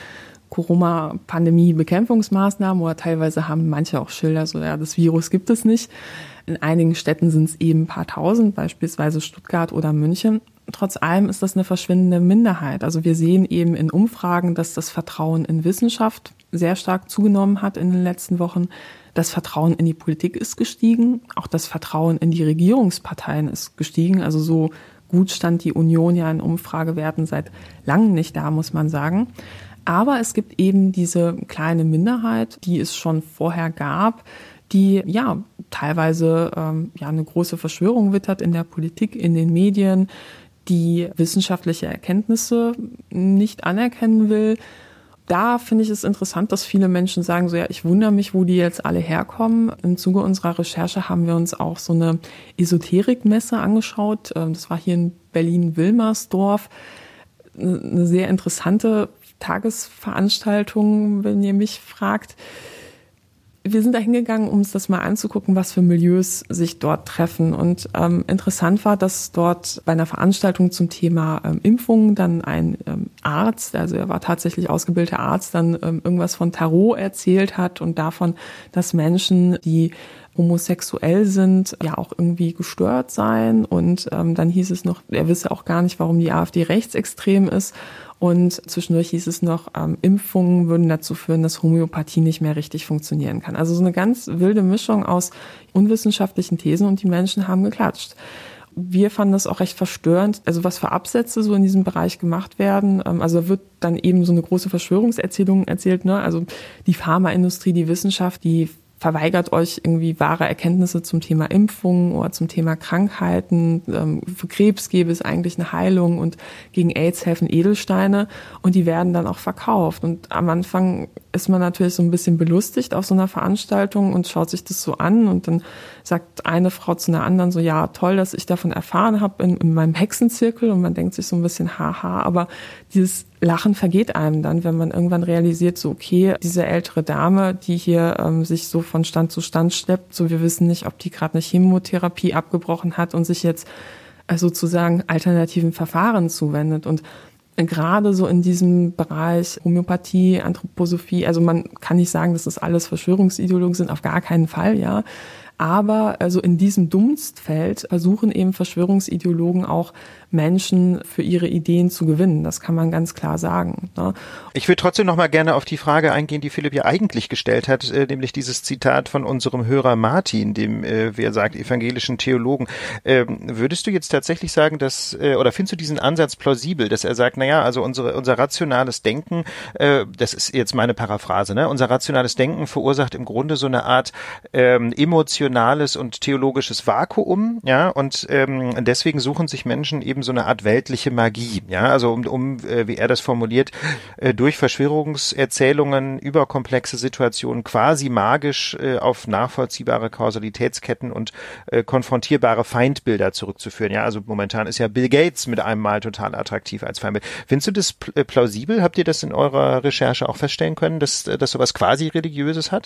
Corona-Pandemie-Bekämpfungsmaßnahmen, oder teilweise haben manche auch Schilder, so, ja, das Virus gibt es nicht. In einigen Städten sind es eben ein paar tausend, beispielsweise Stuttgart oder München. Trotz allem ist das eine verschwindende Minderheit. Also wir sehen eben in Umfragen, dass das Vertrauen in Wissenschaft sehr stark zugenommen hat in den letzten Wochen. Das Vertrauen in die Politik ist gestiegen. Auch das Vertrauen in die Regierungsparteien ist gestiegen. Also so gut stand die Union ja in Umfragewerten seit langem nicht da, muss man sagen. Aber es gibt eben diese kleine Minderheit, die es schon vorher gab, die ja teilweise eine große Verschwörung wittert in der Politik, in den Medien, die wissenschaftliche Erkenntnisse nicht anerkennen will. Da finde ich es interessant, dass viele Menschen sagen, so, ja, ich wundere mich, wo die jetzt alle herkommen. Im Zuge unserer Recherche haben wir uns auch so eine Esoterikmesse angeschaut. Das war hier in Berlin-Wilmersdorf. Eine sehr interessante Tagesveranstaltung, wenn ihr mich fragt. Wir sind da hingegangen, um uns das mal anzugucken, was für Milieus sich dort treffen. Und interessant war, dass dort bei einer Veranstaltung zum Thema Impfungen dann ein Arzt, also er war tatsächlich ausgebildeter Arzt, dann irgendwas von Tarot erzählt hat und davon, dass Menschen, die homosexuell sind, ja auch irgendwie gestört seien. Und dann hieß es noch, er wisse auch gar nicht, warum die AfD rechtsextrem ist. Und zwischendurch hieß es noch, Impfungen würden dazu führen, dass Homöopathie nicht mehr richtig funktionieren kann. Also so eine ganz wilde Mischung aus unwissenschaftlichen Thesen, und die Menschen haben geklatscht. Wir fanden das auch recht verstörend, also was für Absätze so in diesem Bereich gemacht werden. Also wird dann eben so eine große Verschwörungserzählung erzählt, ne? Also die Pharmaindustrie, die Wissenschaft, die verweigert euch irgendwie wahre Erkenntnisse zum Thema Impfungen oder zum Thema Krankheiten. Für Krebs gäbe es eigentlich eine Heilung und gegen AIDS helfen Edelsteine, und die werden dann auch verkauft. Und am Anfang ist man natürlich so ein bisschen belustigt auf so einer Veranstaltung und schaut sich das so an, und dann sagt eine Frau zu einer anderen so, ja, toll, dass ich davon erfahren habe in meinem Hexenzirkel, und man denkt sich so ein bisschen, haha, aber dieses Lachen vergeht einem dann, wenn man irgendwann realisiert, so okay, diese ältere Dame, die hier sich so von Stand zu Stand schleppt, so wir wissen nicht, ob die gerade eine Chemotherapie abgebrochen hat und sich jetzt sozusagen alternativen Verfahren zuwendet. Und gerade so in diesem Bereich Homöopathie, Anthroposophie, also man kann nicht sagen, dass das alles Verschwörungsideologen sind, auf gar keinen Fall, ja. Aber also in diesem Dunstfeld versuchen eben Verschwörungsideologen auch Menschen für ihre Ideen zu gewinnen. Das kann man ganz klar sagen. Ne? Ich will trotzdem noch mal gerne auf die Frage eingehen, die Philipp ja eigentlich gestellt hat, nämlich dieses Zitat von unserem Hörer Martin, dem, wie er sagt, evangelischen Theologen. Würdest du jetzt tatsächlich sagen, dass, oder findest du diesen Ansatz plausibel, dass er sagt, naja, also unser rationales Denken, das ist jetzt meine Paraphrase, ne? Unser rationales Denken verursacht im Grunde so eine Art emotionales und theologisches Vakuum, ja, und deswegen suchen sich Menschen eben so eine Art weltliche Magie, ja, also wie er das formuliert, durch Verschwörungserzählungen über komplexe Situationen quasi magisch auf nachvollziehbare Kausalitätsketten und konfrontierbare Feindbilder zurückzuführen, ja, also momentan ist ja Bill Gates mit einem Mal total attraktiv als Feindbild. Findest du das plausibel? Habt ihr das in eurer Recherche auch feststellen können, dass sowas quasi Religiöses hat?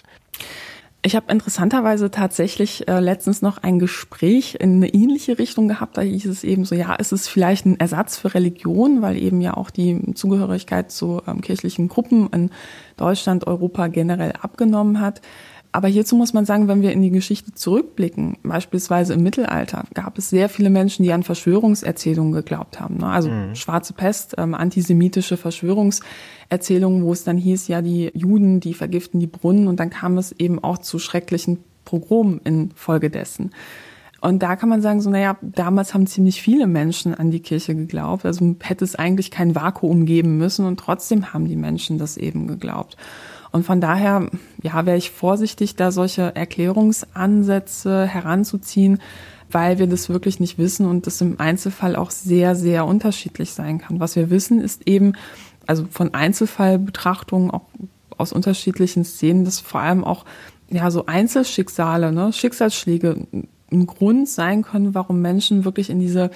Ich habe interessanterweise tatsächlich letztens noch ein Gespräch in eine ähnliche Richtung gehabt. Da hieß es eben so, ja, ist es vielleicht ein Ersatz für Religion, weil eben ja auch die Zugehörigkeit zu kirchlichen Gruppen in Deutschland, Europa generell abgenommen hat. Aber hierzu muss man sagen, wenn wir in die Geschichte zurückblicken, beispielsweise im Mittelalter, gab es sehr viele Menschen, die an Verschwörungserzählungen geglaubt haben. Ne? Also Schwarze Pest, antisemitische Verschwörungserzählungen, wo es dann hieß, ja, die Juden, die vergiften die Brunnen. Und dann kam es eben auch zu schrecklichen Pogromen infolgedessen. Und da kann man sagen, so, naja, damals haben ziemlich viele Menschen an die Kirche geglaubt. Also hätte es eigentlich kein Vakuum geben müssen und trotzdem haben die Menschen das eben geglaubt. Und von daher, ja, wäre ich vorsichtig, da solche Erklärungsansätze heranzuziehen, weil wir das wirklich nicht wissen und das im Einzelfall auch sehr, sehr unterschiedlich sein kann. Was wir wissen, ist eben, also von Einzelfallbetrachtungen auch aus unterschiedlichen Szenen, dass vor allem auch ja so Einzelschicksale, ne, Schicksalsschläge ein Grund sein können, warum Menschen wirklich in diese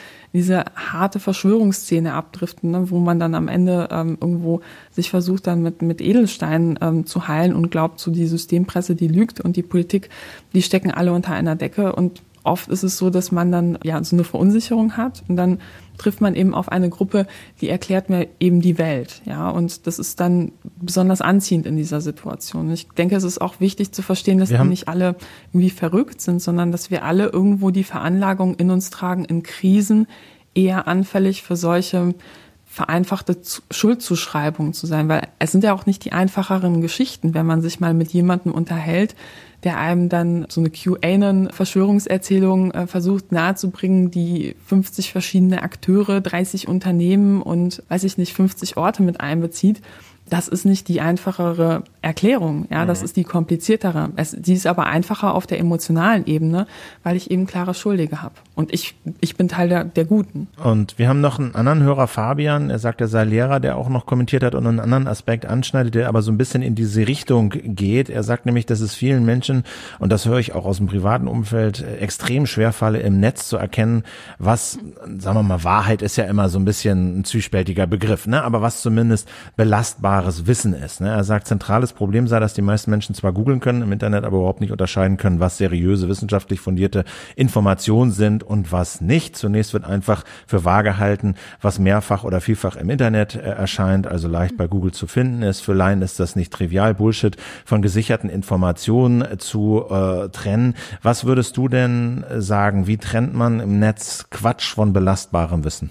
harte Verschwörungsszene abdriften, ne, wo man dann am Ende irgendwo sich versucht, dann mit Edelsteinen zu heilen und glaubt, so die Systempresse, die lügt und die Politik, die stecken alle unter einer Decke. Und oft ist es so, dass man dann ja so eine Verunsicherung hat und dann trifft man eben auf eine Gruppe, die erklärt mir eben die Welt, ja, und das ist dann besonders anziehend in dieser Situation. Ich denke, es ist auch wichtig zu verstehen, dass wir nicht alle irgendwie verrückt sind, sondern dass wir alle irgendwo die Veranlagung in uns tragen, in Krisen eher anfällig für solche vereinfachte Schuldzuschreibungen zu sein, weil es sind ja auch nicht die einfacheren Geschichten, wenn man sich mal mit jemandem unterhält, der einem dann so eine QAnon-Verschwörungserzählung versucht nahezubringen, die 50 verschiedene Akteure, 30 Unternehmen und, 50 Orte mit einbezieht. Das ist nicht die einfachere Erklärung, ja, das ist die kompliziertere. Die ist aber einfacher auf der emotionalen Ebene, weil ich eben klare Schuldige habe. Und ich bin Teil der Guten. Und wir haben noch einen anderen Hörer, Fabian, er sagt, er sei Lehrer, der auch noch kommentiert hat und einen anderen Aspekt anschneidet, der aber so ein bisschen in diese Richtung geht. Er sagt nämlich, dass es vielen Menschen, und das höre ich auch aus dem privaten Umfeld, extrem schwerfalle, im Netz zu erkennen, was, sagen wir mal, Wahrheit ist ja immer so ein bisschen ein zwiespältiger Begriff, ne, aber was zumindest belastbares Wissen ist. Ne? Er sagt, zentrales Problem sei, dass die meisten Menschen zwar googeln können, im Internet aber überhaupt nicht unterscheiden können, was seriöse, wissenschaftlich fundierte Informationen sind und was nicht. Zunächst wird einfach für wahr gehalten, was mehrfach oder vielfach im Internet erscheint, also leicht bei Google zu finden ist. Für Laien ist das nicht trivial, Bullshit von gesicherten Informationen zu trennen. Was würdest du denn sagen, wie trennt man im Netz Quatsch von belastbarem Wissen?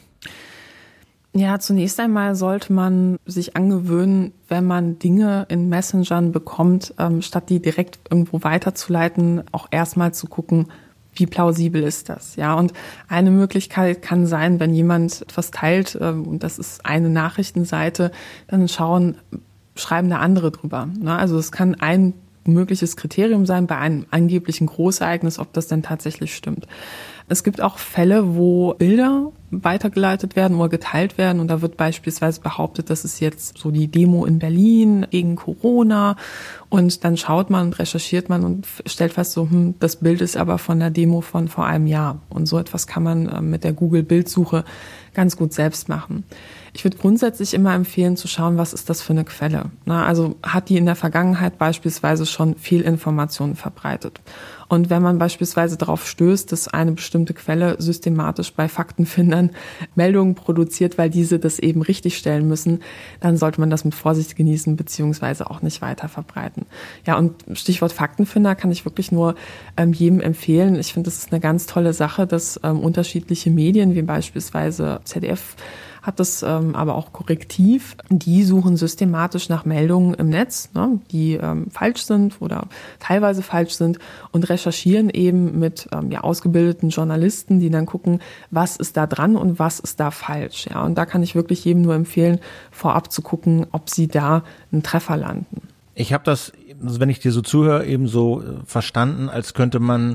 Ja, zunächst einmal sollte man sich angewöhnen, wenn man Dinge in Messengern bekommt, statt die direkt irgendwo weiterzuleiten, auch erstmal zu gucken, wie plausibel ist das? Ja, und eine Möglichkeit kann sein, wenn jemand etwas teilt, und das ist eine Nachrichtenseite, dann schreiben da andere drüber. Ne? Also es kann ein mögliches Kriterium sein bei einem angeblichen Großereignis, ob das denn tatsächlich stimmt. Es gibt auch Fälle, wo Bilder weitergeleitet werden oder geteilt werden. Und da wird beispielsweise behauptet, das ist jetzt so die Demo in Berlin gegen Corona. Und dann schaut man und recherchiert man und stellt fest, so, das Bild ist aber von der Demo von vor einem Jahr. Und so etwas kann man mit der Google-Bildsuche ganz gut selbst machen. Ich würde grundsätzlich immer empfehlen zu schauen, was ist das für eine Quelle. Also hat die in der Vergangenheit beispielsweise schon Fehlinformationen verbreitet. Und wenn man beispielsweise darauf stößt, dass eine bestimmte Quelle systematisch bei Faktenfindern Meldungen produziert, weil diese das eben richtigstellen müssen, dann sollte man das mit Vorsicht genießen beziehungsweise auch nicht weiter verbreiten. Ja, und Stichwort Faktenfinder kann ich wirklich nur jedem empfehlen. Ich finde, das ist eine ganz tolle Sache, dass unterschiedliche Medien wie beispielsweise ZDF hat das aber auch Korrektiv. Die suchen systematisch nach Meldungen im Netz, die falsch sind oder teilweise falsch sind und recherchieren eben mit ausgebildeten Journalisten, die dann gucken, was ist da dran und was ist da falsch. Ja, und da kann ich wirklich jedem nur empfehlen, vorab zu gucken, ob sie da einen Treffer landen. Ich habe das, wenn ich dir so zuhöre, eben so verstanden, als könnte man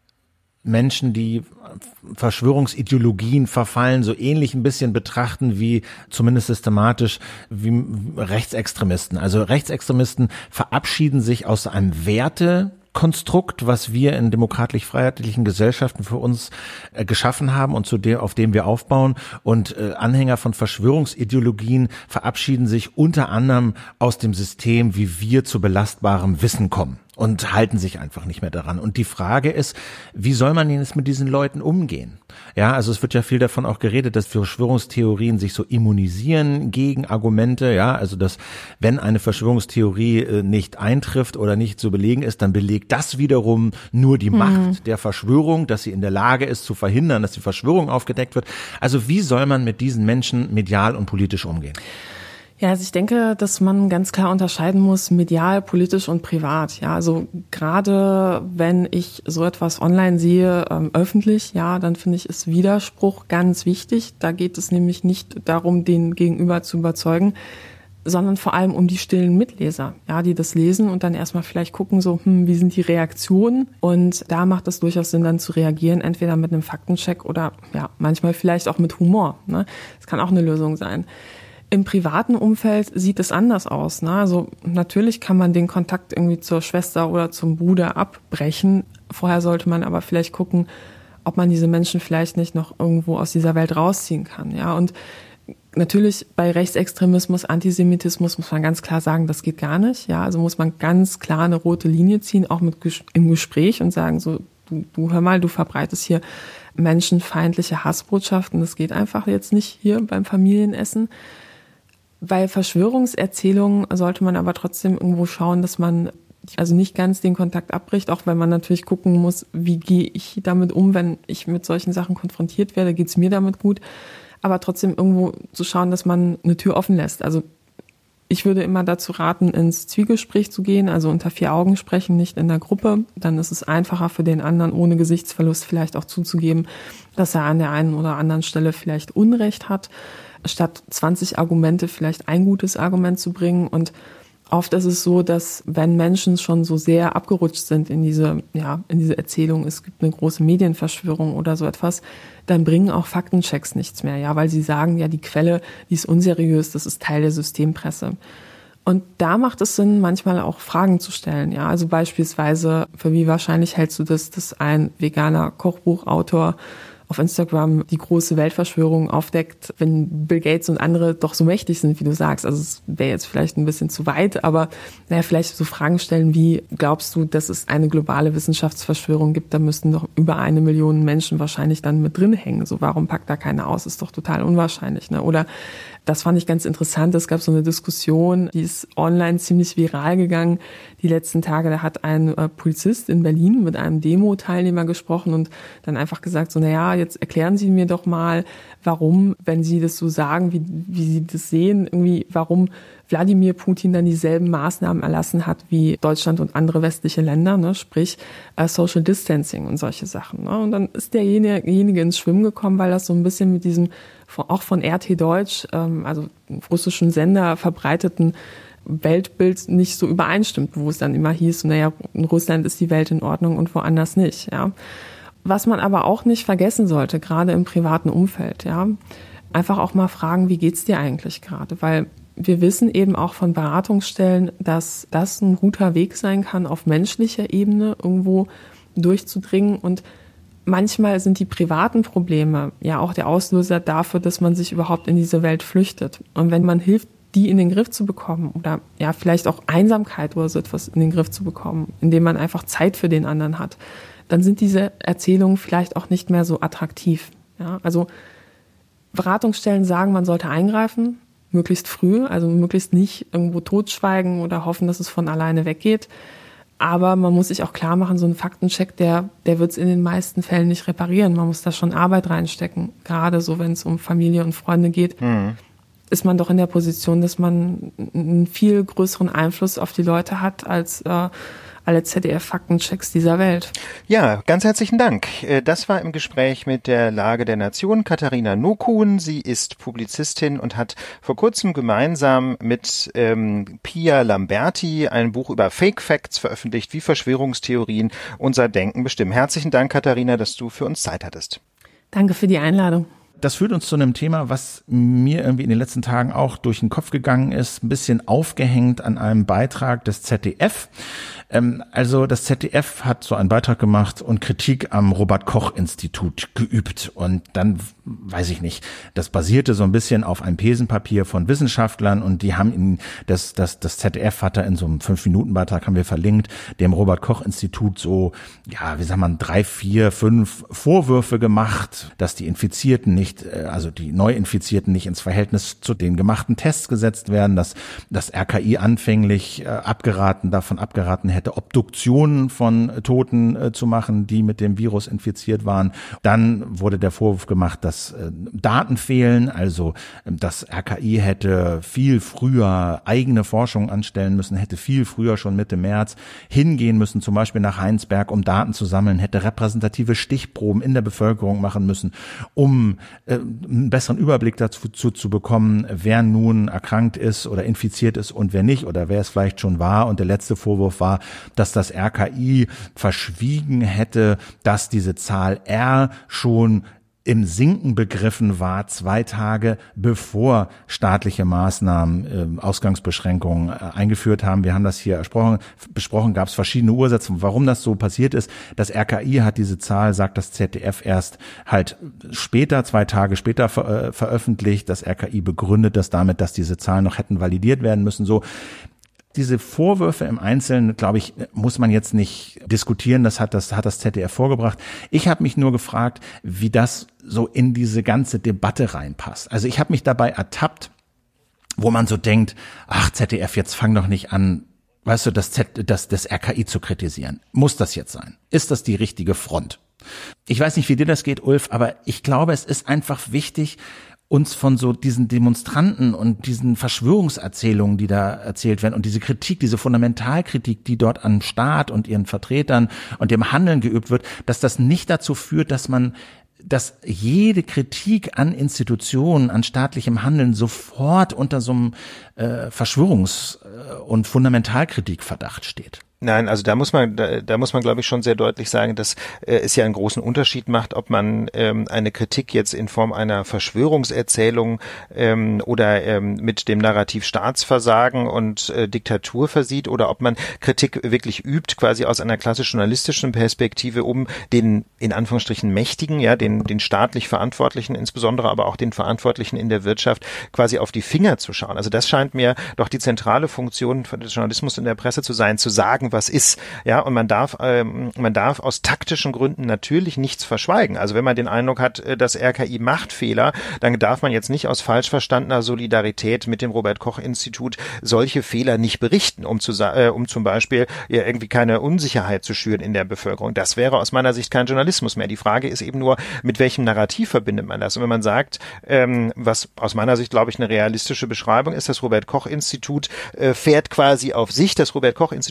Menschen, die Verschwörungsideologien verfallen, so ähnlich ein bisschen betrachten wie, zumindest systematisch, wie Rechtsextremisten. Also Rechtsextremisten verabschieden sich aus einem Wertekonstrukt, was wir in demokratisch-freiheitlichen Gesellschaften für uns geschaffen haben und auf dem wir aufbauen. Und Anhänger von Verschwörungsideologien verabschieden sich unter anderem aus dem System, wie wir zu belastbarem Wissen kommen. Und halten sich einfach nicht mehr daran. Und die Frage ist, wie soll man jetzt mit diesen Leuten umgehen? Ja, also es wird ja viel davon auch geredet, dass Verschwörungstheorien sich so immunisieren gegen Argumente. Ja, also dass, wenn eine Verschwörungstheorie nicht eintrifft oder nicht zu belegen ist, dann belegt das wiederum nur die Macht der Verschwörung, dass sie in der Lage ist zu verhindern, dass die Verschwörung aufgedeckt wird. Also wie soll man mit diesen Menschen medial und politisch umgehen? Ja, also ich denke, dass man ganz klar unterscheiden muss, medial, politisch und privat. Ja, also gerade wenn ich so etwas online sehe, öffentlich, ja, dann finde ich, ist Widerspruch ganz wichtig. Da geht es nämlich nicht darum, den Gegenüber zu überzeugen, sondern vor allem um die stillen Mitleser, ja, die das lesen und dann erstmal vielleicht gucken, so, wie sind die Reaktionen? Und da macht es durchaus Sinn, dann zu reagieren, entweder mit einem Faktencheck oder ja, manchmal vielleicht auch mit Humor. Ne? Das kann auch eine Lösung sein. Im privaten Umfeld sieht es anders aus. Ne? Also natürlich kann man den Kontakt irgendwie zur Schwester oder zum Bruder abbrechen. Vorher sollte man aber vielleicht gucken, ob man diese Menschen vielleicht nicht noch irgendwo aus dieser Welt rausziehen kann. Ja, und natürlich bei Rechtsextremismus, Antisemitismus muss man ganz klar sagen, das geht gar nicht. Ja, also muss man ganz klar eine rote Linie ziehen, auch im Gespräch und sagen so, du hör mal, du verbreitest hier menschenfeindliche Hassbotschaften. Das geht einfach jetzt nicht hier beim Familienessen. Bei Verschwörungserzählungen sollte man aber trotzdem irgendwo schauen, dass man also nicht ganz den Kontakt abbricht, auch wenn man natürlich gucken muss, wie gehe ich damit um, wenn ich mit solchen Sachen konfrontiert werde, geht es mir damit gut, aber trotzdem irgendwo zu schauen, dass man eine Tür offen lässt. Also ich würde immer dazu raten, ins Zwiegespräch zu gehen, also unter 4 Augen sprechen, nicht in der Gruppe. Dann ist es einfacher für den anderen, ohne Gesichtsverlust vielleicht auch zuzugeben, dass er an der einen oder anderen Stelle vielleicht Unrecht hat, statt 20 Argumente vielleicht ein gutes Argument zu bringen. Und oft ist es so, dass wenn Menschen schon so sehr abgerutscht sind in diese Erzählung, es gibt eine große Medienverschwörung oder so etwas, dann bringen auch Faktenchecks nichts mehr, ja, weil sie sagen, ja, die Quelle, die ist unseriös, das ist Teil der Systempresse. Und da macht es Sinn, manchmal auch Fragen zu stellen, ja, also beispielsweise, für wie wahrscheinlich hältst du das, dass ein veganer Kochbuchautor auf Instagram die große Weltverschwörung aufdeckt, wenn Bill Gates und andere doch so mächtig sind, wie du sagst. Also es wäre jetzt vielleicht ein bisschen zu weit, aber vielleicht so Fragen stellen wie, glaubst du, dass es eine globale Wissenschaftsverschwörung gibt? Da müssten doch über 1 Million Menschen wahrscheinlich dann mit drin hängen. So, warum packt da keiner aus? Ist doch total unwahrscheinlich, ne? Oder das fand ich ganz interessant. Es gab so eine Diskussion, die ist online ziemlich viral gegangen die letzten Tage. Da hat ein Polizist in Berlin mit einem Demo-Teilnehmer gesprochen und dann einfach gesagt, so, jetzt erklären Sie mir doch mal, warum, wenn Sie das so sagen, wie Sie das sehen, irgendwie, warum Wladimir Putin dann dieselben Maßnahmen erlassen hat wie Deutschland und andere westliche Länder, ne? Sprich Social Distancing und solche Sachen. Ne? Und dann ist derjenige ins Schwimmen gekommen, weil das so ein bisschen mit diesem auch von RT Deutsch, also russischen Sender verbreiteten Weltbild nicht so übereinstimmt, wo es dann immer hieß, in Russland ist die Welt in Ordnung und woanders nicht. Ja. Was man aber auch nicht vergessen sollte, gerade im privaten Umfeld, ja, einfach auch mal fragen, wie geht's dir eigentlich gerade? Weil wir wissen eben auch von Beratungsstellen, dass das ein guter Weg sein kann, auf menschlicher Ebene irgendwo durchzudringen. Und manchmal sind die privaten Probleme ja auch der Auslöser dafür, dass man sich überhaupt in diese Welt flüchtet. Und wenn man hilft, die in den Griff zu bekommen oder ja vielleicht auch Einsamkeit oder so etwas in den Griff zu bekommen, indem man einfach Zeit für den anderen hat, dann sind diese Erzählungen vielleicht auch nicht mehr so attraktiv. Ja, also Beratungsstellen sagen, man sollte eingreifen, möglichst früh, also möglichst nicht irgendwo totschweigen oder hoffen, dass es von alleine weggeht. Aber man muss sich auch klar machen, so ein Faktencheck, der wird es in den meisten Fällen nicht reparieren. Man muss da schon Arbeit reinstecken. Gerade so, wenn es um Familie und Freunde geht, ist man doch in der Position, dass man einen viel größeren Einfluss auf die Leute hat als alle ZDF-Faktenchecks dieser Welt. Ja, ganz herzlichen Dank. Das war im Gespräch mit der Lage der Nation Katharina Nokun. Sie ist Publizistin und hat vor kurzem gemeinsam mit Pia Lamberti ein Buch über Fake Facts veröffentlicht, wie Verschwörungstheorien unser Denken bestimmen. Herzlichen Dank, Katharina, dass du für uns Zeit hattest. Danke für die Einladung. Das führt uns zu einem Thema, was mir irgendwie in den letzten Tagen auch durch den Kopf gegangen ist, ein bisschen aufgehängt an einem Beitrag des ZDF. Also das ZDF hat so einen Beitrag gemacht und Kritik am Robert-Koch-Institut geübt. Und dann, weiß ich nicht, das basierte so ein bisschen auf einem Pesenpapier von Wissenschaftlern und die haben das ZDF hat da in so einem 5-Minuten-Beitrag, haben wir verlinkt, dem Robert-Koch-Institut so, ja, wie sagt man, 3, 4, 5 Vorwürfe gemacht, dass die Infizierten also die Neuinfizierten nicht ins Verhältnis zu den gemachten Tests gesetzt werden, dass das RKI anfänglich davon abgeraten hätte, Obduktionen von Toten zu machen, die mit dem Virus infiziert waren. Dann wurde der Vorwurf gemacht, dass Daten fehlen, also das RKI hätte viel früher eigene Forschung anstellen müssen, hätte viel früher schon Mitte März hingehen müssen, zum Beispiel nach Heinsberg, um Daten zu sammeln, hätte repräsentative Stichproben in der Bevölkerung machen müssen, um einen besseren Überblick dazu zu bekommen, wer nun erkrankt ist oder infiziert ist und wer nicht oder wer es vielleicht schon war. Und der letzte Vorwurf war, dass das RKI verschwiegen hätte, dass diese Zahl R schon im Sinken begriffen war, 2 Tage bevor staatliche Maßnahmen, Ausgangsbeschränkungen eingeführt haben. Wir haben das hier besprochen, gab es verschiedene Ursachen, warum das so passiert ist. Das RKI hat diese Zahl, sagt das ZDF, erst halt später, 2 Tage später veröffentlicht. Das RKI begründet das damit, dass diese Zahlen noch hätten validiert werden müssen. So. Diese Vorwürfe im Einzelnen, glaube ich, muss man jetzt nicht diskutieren. Das hat das ZDF vorgebracht. Ich habe mich nur gefragt, wie das so in diese ganze Debatte reinpasst. Also ich habe mich dabei ertappt, wo man so denkt, ach ZDF, jetzt fang doch nicht an, weißt du, das RKI zu kritisieren. Muss das jetzt sein? Ist das die richtige Front? Ich weiß nicht, wie dir das geht, Ulf, aber ich glaube, es ist einfach wichtig, uns von so diesen Demonstranten und diesen Verschwörungserzählungen, die da erzählt werden und diese Kritik, diese Fundamentalkritik, die dort an Staat und ihren Vertretern und dem Handeln geübt wird, dass das nicht dazu führt, dass jede Kritik an Institutionen, an staatlichem Handeln sofort unter so einem Verschwörungs- und Fundamentalkritikverdacht steht. Nein, also da muss man glaube ich schon sehr deutlich sagen, dass es ja einen großen Unterschied macht, ob man eine Kritik jetzt in Form einer Verschwörungserzählung oder mit dem Narrativ Staatsversagen und Diktatur versieht oder ob man Kritik wirklich übt, quasi aus einer klassisch journalistischen Perspektive, um den in Anführungsstrichen Mächtigen, ja, den staatlich Verantwortlichen, insbesondere aber auch den Verantwortlichen in der Wirtschaft quasi auf die Finger zu schauen. Also das scheint mir doch die zentrale Funktion des Journalismus in der Presse zu sein, zu sagen, was ist, ja, und man darf aus taktischen Gründen natürlich nichts verschweigen. Also wenn man den Eindruck hat, das RKI macht Fehler, dann darf man jetzt nicht aus falsch verstandener Solidarität mit dem Robert-Koch-Institut solche Fehler nicht berichten, um zum Beispiel ja irgendwie keine Unsicherheit zu schüren in der Bevölkerung. Das wäre aus meiner Sicht kein Journalismus mehr. Die Frage ist eben nur, mit welchem Narrativ verbindet man das? Und wenn man sagt, was aus meiner Sicht, glaube ich, eine realistische Beschreibung ist, das Robert-Koch-Institut fährt quasi auf sich. Das Robert-Koch-Institut ist mit einer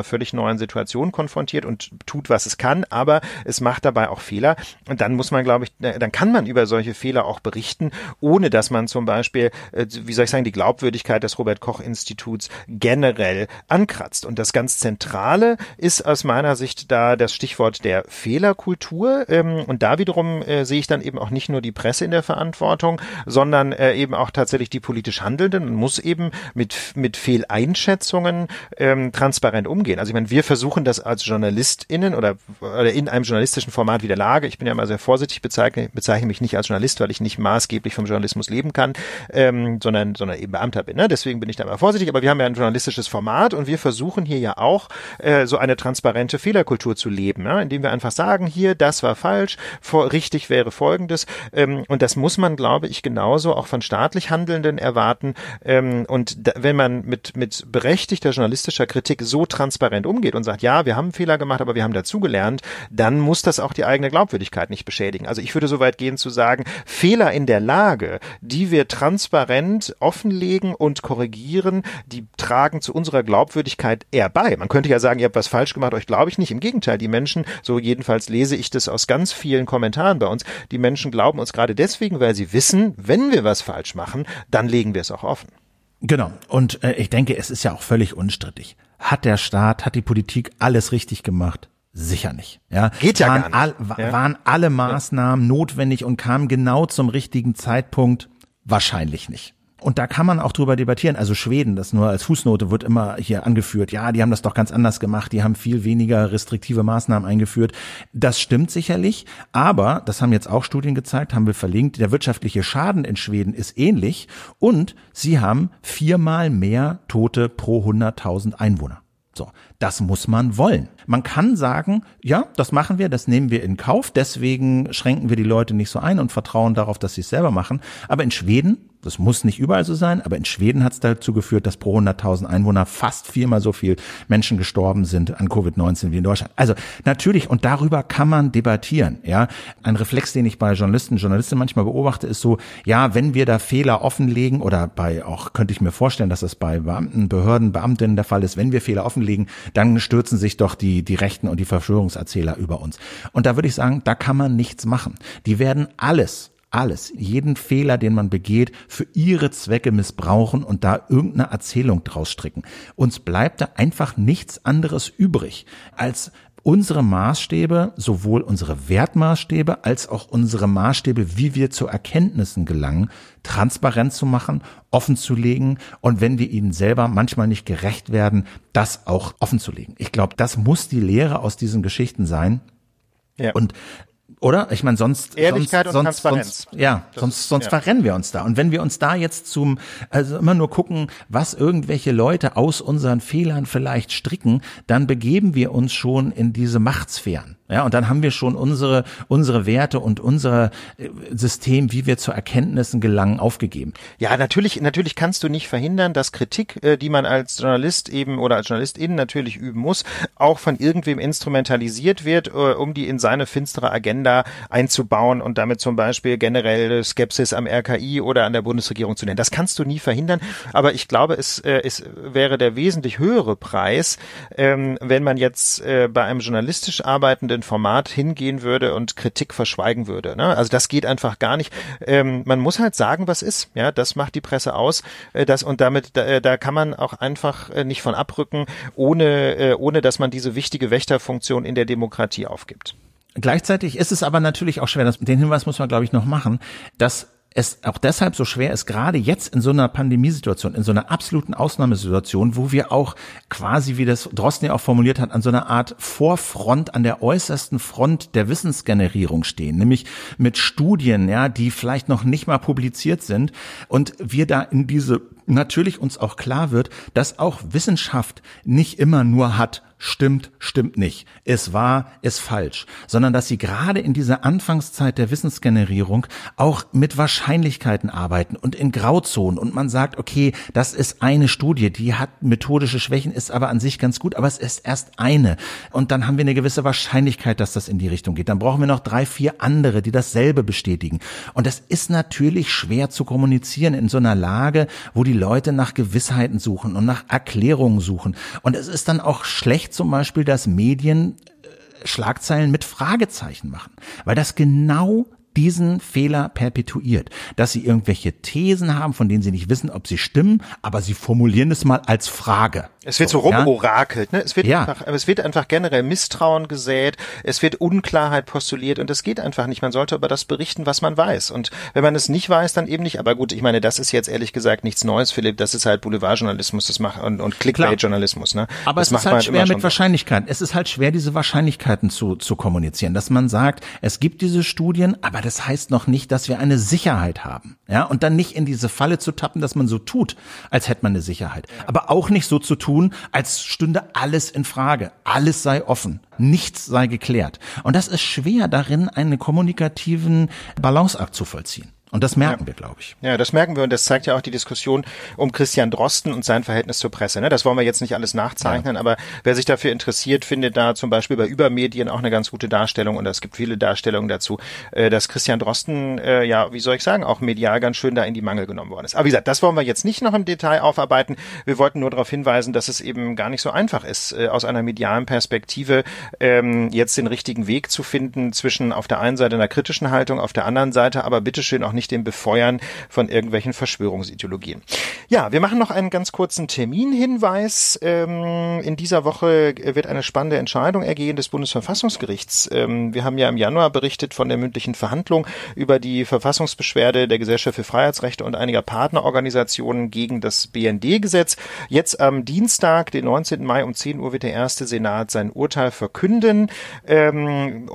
einer völlig neuen Situation konfrontiert und tut, was es kann, aber es macht dabei auch Fehler. Und dann muss man, glaube ich, dann kann man über solche Fehler auch berichten, ohne dass man zum Beispiel, die Glaubwürdigkeit des Robert-Koch-Instituts generell ankratzt. Und das ganz Zentrale ist aus meiner Sicht da das Stichwort der Fehlerkultur. Und da wiederum sehe ich dann eben auch nicht nur die Presse in der Verantwortung, sondern eben auch tatsächlich die politisch Handelnden und muss eben mit Fehleinschätzungen transparent umgehen. Also ich meine, wir versuchen das als JournalistInnen oder in einem journalistischen Format wie der Lage. Ich bin ja immer sehr vorsichtig, bezeichne mich nicht als Journalist, weil ich nicht maßgeblich vom Journalismus leben kann, sondern eben Beamter bin. Ne? Deswegen bin ich da immer vorsichtig. Aber wir haben ja ein journalistisches Format und wir versuchen hier ja auch so eine transparente Fehlerkultur zu leben, ja? Indem wir einfach sagen, hier, das war falsch, richtig wäre Folgendes. Und das muss man, glaube ich, genauso auch von staatlich Handelnden erwarten. Und wenn man mit berechtigter journalistischer Kritik so transparent umgeht und sagt, ja, wir haben einen Fehler gemacht, aber wir haben dazugelernt, dann muss das auch die eigene Glaubwürdigkeit nicht beschädigen. Also ich würde so weit gehen zu sagen, Fehler in der Lage, die wir transparent offenlegen und korrigieren, die tragen zu unserer Glaubwürdigkeit eher bei. Man könnte ja sagen, ihr habt was falsch gemacht, euch glaube ich nicht. Im Gegenteil, die Menschen, so jedenfalls lese ich das aus ganz vielen Kommentaren bei uns, die Menschen glauben uns gerade deswegen, weil sie wissen, wenn wir was falsch machen, dann legen wir es auch offen. Genau. Und ich denke, es ist ja auch völlig unstrittig. Hat der Staat, hat die Politik alles richtig gemacht? Sicher nicht. Ja, geht ja gar nicht. Waren alle Maßnahmen notwendig und kamen genau zum richtigen Zeitpunkt? Wahrscheinlich nicht. Und da kann man auch drüber debattieren. Also Schweden, das nur als Fußnote wird immer hier angeführt. Ja, die haben das doch ganz anders gemacht. Die haben viel weniger restriktive Maßnahmen eingeführt. Das stimmt sicherlich. Aber, das haben jetzt auch Studien gezeigt, haben wir verlinkt, der wirtschaftliche Schaden in Schweden ist ähnlich. Und sie haben 4-mal mehr Tote pro 100.000 Einwohner. So, das muss man wollen. Man kann sagen, ja, das machen wir, das nehmen wir in Kauf, deswegen schränken wir die Leute nicht so ein und vertrauen darauf, dass sie es selber machen. Aber in Schweden, das muss nicht überall so sein, aber in Schweden hat es dazu geführt, dass pro 100.000 Einwohner fast 4-mal so viel Menschen gestorben sind an Covid-19 wie in Deutschland. Also natürlich, und darüber kann man debattieren. Ja, ein Reflex, den ich bei Journalistinnen manchmal beobachte, ist so, ja, wenn wir da Fehler offenlegen oder könnte ich mir vorstellen, dass das bei Beamten, Behörden, Beamtinnen der Fall ist, wenn wir Fehler offenlegen, dann stürzen sich doch die Rechten und die Verschwörungserzähler über uns. Und da würde ich sagen, da kann man nichts machen. Die werden jeden Fehler, den man begeht, für ihre Zwecke missbrauchen und da irgendeine Erzählung draus stricken. Uns bleibt da einfach nichts anderes übrig, als unsere Maßstäbe, sowohl unsere Wertmaßstäbe als auch unsere Maßstäbe, wie wir zu Erkenntnissen gelangen, transparent zu machen, offen zu legen und wenn wir ihnen selber manchmal nicht gerecht werden, das auch offen zu legen. Ich glaube, das muss die Lehre aus diesen Geschichten sein. Ja. Und oder? Ich meine, sonst Ehrlichkeit und Transparenz. Sonst verrennen wir uns da. Und wenn wir uns da jetzt immer nur gucken, was irgendwelche Leute aus unseren Fehlern vielleicht stricken, dann begeben wir uns schon in diese Machtsphären. Ja, und dann haben wir schon unsere Werte und unser System, wie wir zu Erkenntnissen gelangen, aufgegeben. Ja, natürlich kannst du nicht verhindern, dass Kritik, die man als Journalist eben oder als Journalistin natürlich üben muss, auch von irgendwem instrumentalisiert wird, um die in seine finstere Agenda einzubauen und damit zum Beispiel generell Skepsis am RKI oder an der Bundesregierung zu nennen. Das kannst du nie verhindern, aber ich glaube, es wäre der wesentlich höhere Preis, wenn man jetzt bei einem journalistisch arbeitenden Format hingehen würde und Kritik verschweigen würde. Ne? Also das geht einfach gar nicht. Man muss halt sagen, was ist. Ja, das macht die Presse aus. Da kann man auch einfach nicht von abrücken, ohne dass man diese wichtige Wächterfunktion in der Demokratie aufgibt. Gleichzeitig ist es aber natürlich auch schwer, den Hinweis muss man, glaube ich, noch machen, dass es auch deshalb so schwer ist, gerade jetzt in so einer Pandemiesituation, in so einer absoluten Ausnahmesituation, wo wir auch quasi, wie das Drosten ja auch formuliert hat, an so einer Art Vorfront, an der äußersten Front der Wissensgenerierung stehen, nämlich mit Studien, ja, die vielleicht noch nicht mal publiziert sind und wir da in diese natürlich uns auch klar wird, dass auch Wissenschaft nicht immer nur hat, stimmt nicht, ist wahr, ist falsch, sondern dass sie gerade in dieser Anfangszeit der Wissensgenerierung auch mit Wahrscheinlichkeiten arbeiten und in Grauzonen und man sagt, okay, das ist eine Studie, die hat methodische Schwächen, ist aber an sich ganz gut, aber es ist erst eine und dann haben wir eine gewisse Wahrscheinlichkeit, dass das in die Richtung geht. Dann brauchen wir noch 3, 4 andere, die dasselbe bestätigen und das ist natürlich schwer zu kommunizieren in so einer Lage, wo die die Leute nach Gewissheiten suchen und nach Erklärungen suchen. Und es ist dann auch schlecht zum Beispiel, dass Medien Schlagzeilen mit Fragezeichen machen, weil das genau diesen Fehler perpetuiert, dass sie irgendwelche Thesen haben, von denen sie nicht wissen, ob sie stimmen, aber sie formulieren es mal als Frage. Es wird so rumorakelt, ne? Es wird einfach generell Misstrauen gesät, es wird Unklarheit postuliert und das geht einfach nicht. Man sollte über das berichten, was man weiß. Und wenn man es nicht weiß, dann eben nicht. Aber gut, ich meine, das ist jetzt ehrlich gesagt nichts Neues, Philipp. Das ist halt Boulevardjournalismus, das macht und Clickbait-Journalismus, ne? Aber das es ist halt schwer mit Wahrscheinlichkeiten. Es ist halt schwer, diese Wahrscheinlichkeiten zu kommunizieren, dass man sagt, es gibt diese Studien, aber das heißt noch nicht, dass wir eine Sicherheit haben. Ja, und dann nicht in diese Falle zu tappen, dass man so tut, als hätte man eine Sicherheit. Aber auch nicht so zu tun, als stünde alles in Frage. Alles sei offen. Nichts sei geklärt. Und das ist schwer darin, einen kommunikativen Balanceakt zu vollziehen. Und das merken wir, glaube ich. Ja, das merken wir und das zeigt ja auch die Diskussion um Christian Drosten und sein Verhältnis zur Presse. Ne? Das wollen wir jetzt nicht alles nachzeichnen, aber wer sich dafür interessiert, findet da zum Beispiel bei Übermedien auch eine ganz gute Darstellung und es gibt viele Darstellungen dazu, dass Christian Drosten, wie soll ich sagen, auch medial ganz schön da in die Mangel genommen worden ist. Aber wie gesagt, das wollen wir jetzt nicht noch im Detail aufarbeiten. Wir wollten nur darauf hinweisen, dass es eben gar nicht so einfach ist, aus einer medialen Perspektive jetzt den richtigen Weg zu finden zwischen auf der einen Seite einer kritischen Haltung, auf der anderen Seite aber bitteschön auch nicht dem Befeuern von irgendwelchen Verschwörungsideologien. Ja, wir machen noch einen ganz kurzen Terminhinweis. In dieser Woche wird eine spannende Entscheidung ergehen des Bundesverfassungsgerichts. Wir haben ja im Januar berichtet von der mündlichen Verhandlung über die Verfassungsbeschwerde der Gesellschaft für Freiheitsrechte und einiger Partnerorganisationen gegen das BND-Gesetz. Jetzt am Dienstag, den 19. Mai um 10 Uhr wird der erste Senat sein Urteil verkünden. Wir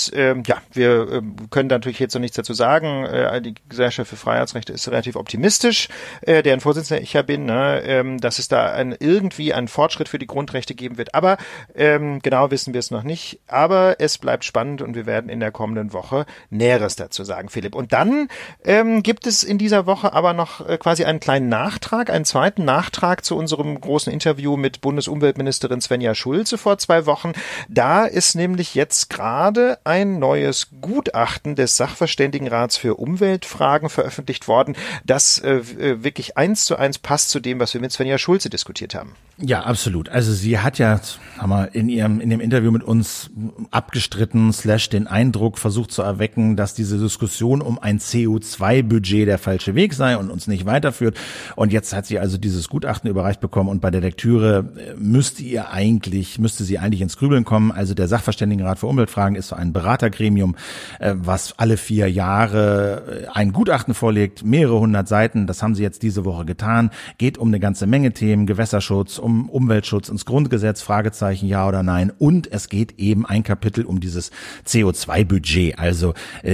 können natürlich jetzt noch nichts dazu sagen. Die Gesellschaft für Freiheitsrechte ist relativ optimistisch, deren Vorsitzender ich ja bin, dass es da irgendwie einen Fortschritt für die Grundrechte geben wird. Aber genau wissen wir es noch nicht. Aber es bleibt spannend und wir werden in der kommenden Woche Näheres dazu sagen, Philipp. Und dann gibt es in dieser Woche aber noch quasi einen kleinen Nachtrag, einen zweiten Nachtrag zu unserem großen Interview mit Bundesumweltministerin Svenja Schulze vor 2 Wochen. Da ist nämlich jetzt gerade ein neues Gutachten des Sachverständigenrats für Umweltfragen veröffentlicht worden, das wirklich 1:1 passt zu dem, was wir mit Svenja Schulze diskutiert haben. Ja, absolut. Also sie hat ja in dem Interview mit uns abgestritten, den Eindruck versucht zu erwecken, dass diese Diskussion um ein CO2-Budget der falsche Weg sei und uns nicht weiterführt. Und jetzt hat sie also dieses Gutachten überreicht bekommen und bei der Lektüre müsste sie eigentlich ins Grübeln kommen. Also der Sachverständigenrat für Umweltfragen ist so ein Beratergremium, was alle 4 Jahre ein Gutachten vorlegt, mehrere 100 Seiten. Das haben sie jetzt diese Woche getan. Geht um eine ganze Menge Themen, Gewässerschutz, um Umweltschutz ins Grundgesetz, Fragezeichen, ja oder nein. Und es geht eben ein Kapitel um dieses CO2-Budget, also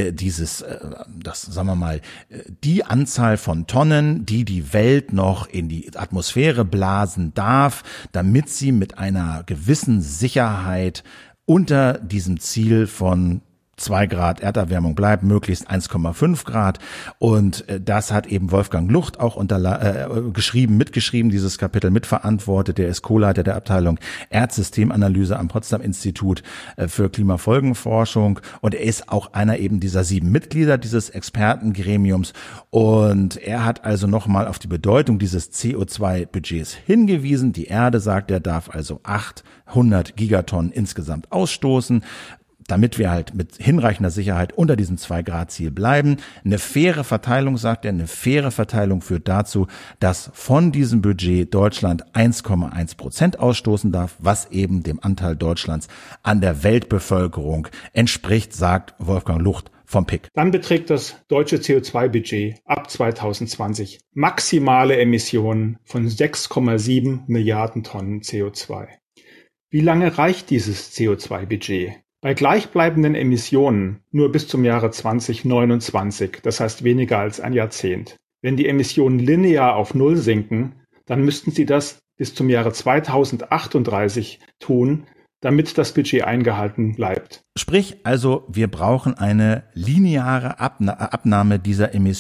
die Anzahl von Tonnen, die Welt noch in die Atmosphäre blasen darf, damit sie mit einer gewissen Sicherheit unter diesem Ziel von 2 Grad Erderwärmung bleibt, möglichst 1,5 Grad. Und das hat eben Wolfgang Lucht auch mitgeschrieben, dieses Kapitel mitverantwortet. Der ist Co-Leiter der Abteilung Erdsystemanalyse am Potsdam-Institut für Klimafolgenforschung. Und er ist auch einer eben dieser 7 Mitglieder dieses Expertengremiums. Und er hat also nochmal auf die Bedeutung dieses CO2-Budgets hingewiesen. Die Erde, sagt er, darf also 800 Gigatonnen insgesamt ausstoßen, damit wir halt mit hinreichender Sicherheit unter diesem 2-Grad-Ziel bleiben. Eine faire Verteilung, sagt er, eine faire Verteilung führt dazu, dass von diesem Budget Deutschland 1,1% ausstoßen darf, was eben dem Anteil Deutschlands an der Weltbevölkerung entspricht, sagt Wolfgang Lucht vom PIC. Dann beträgt das deutsche CO2-Budget ab 2020 maximale Emissionen von 6,7 Milliarden Tonnen CO2. Wie lange reicht dieses CO2-Budget? Bei gleichbleibenden Emissionen nur bis zum Jahre 2029, das heißt weniger als ein Jahrzehnt. Wenn die Emissionen linear auf Null sinken, dann müssten sie das bis zum Jahre 2038 tun, damit das Budget eingehalten bleibt. Sprich also, wir brauchen eine lineare Abnahme dieser Emissionen.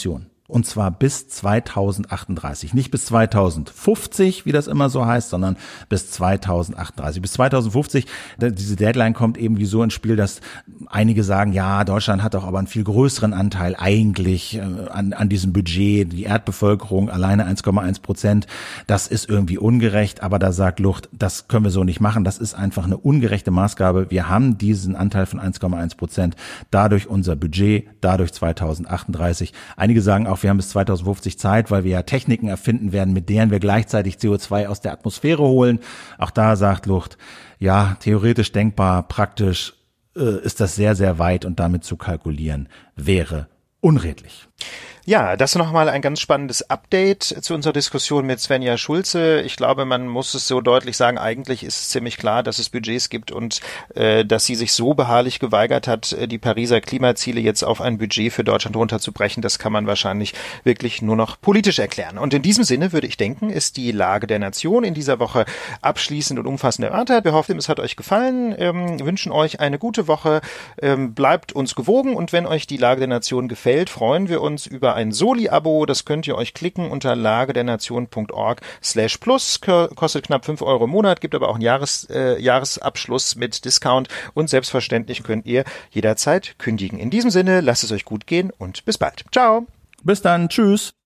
Und zwar bis 2038. Nicht bis 2050, wie das immer so heißt, sondern bis 2038. Bis 2050, diese Deadline kommt eben wie so ins Spiel, dass einige sagen, ja, Deutschland hat doch aber einen viel größeren Anteil eigentlich an diesem Budget. Die Erdbevölkerung alleine 1,1%. Das ist irgendwie ungerecht, aber da sagt Lucht, das können wir so nicht machen. Das ist einfach eine ungerechte Maßgabe. Wir haben diesen Anteil von 1,1%. Dadurch unser Budget, dadurch 2038. Einige sagen auch, wir haben bis 2050 Zeit, weil wir ja Techniken erfinden werden, mit denen wir gleichzeitig CO2 aus der Atmosphäre holen. Auch da sagt Lucht, ja, theoretisch denkbar, praktisch ist das sehr, sehr weit und damit zu kalkulieren wäre unredlich. Ja, das nochmal ein ganz spannendes Update zu unserer Diskussion mit Svenja Schulze. Ich glaube, man muss es so deutlich sagen, eigentlich ist es ziemlich klar, dass es Budgets gibt und dass sie sich so beharrlich geweigert hat, die Pariser Klimaziele jetzt auf ein Budget für Deutschland runterzubrechen. Das kann man wahrscheinlich wirklich nur noch politisch erklären. Und in diesem Sinne würde ich denken, ist die Lage der Nation in dieser Woche abschließend und umfassend erörtert. Wir hoffen, es hat euch gefallen, wünschen euch eine gute Woche, bleibt uns gewogen und wenn euch die Lage der Nation gefällt, freuen wir uns über ein Soli-Abo, das könnt ihr euch klicken unter lagedernation.org/plus, kostet knapp 5 € im Monat, gibt aber auch einen Jahresabschluss mit Discount und selbstverständlich könnt ihr jederzeit kündigen. In diesem Sinne, lasst es euch gut gehen und bis bald. Ciao. Bis dann. Tschüss.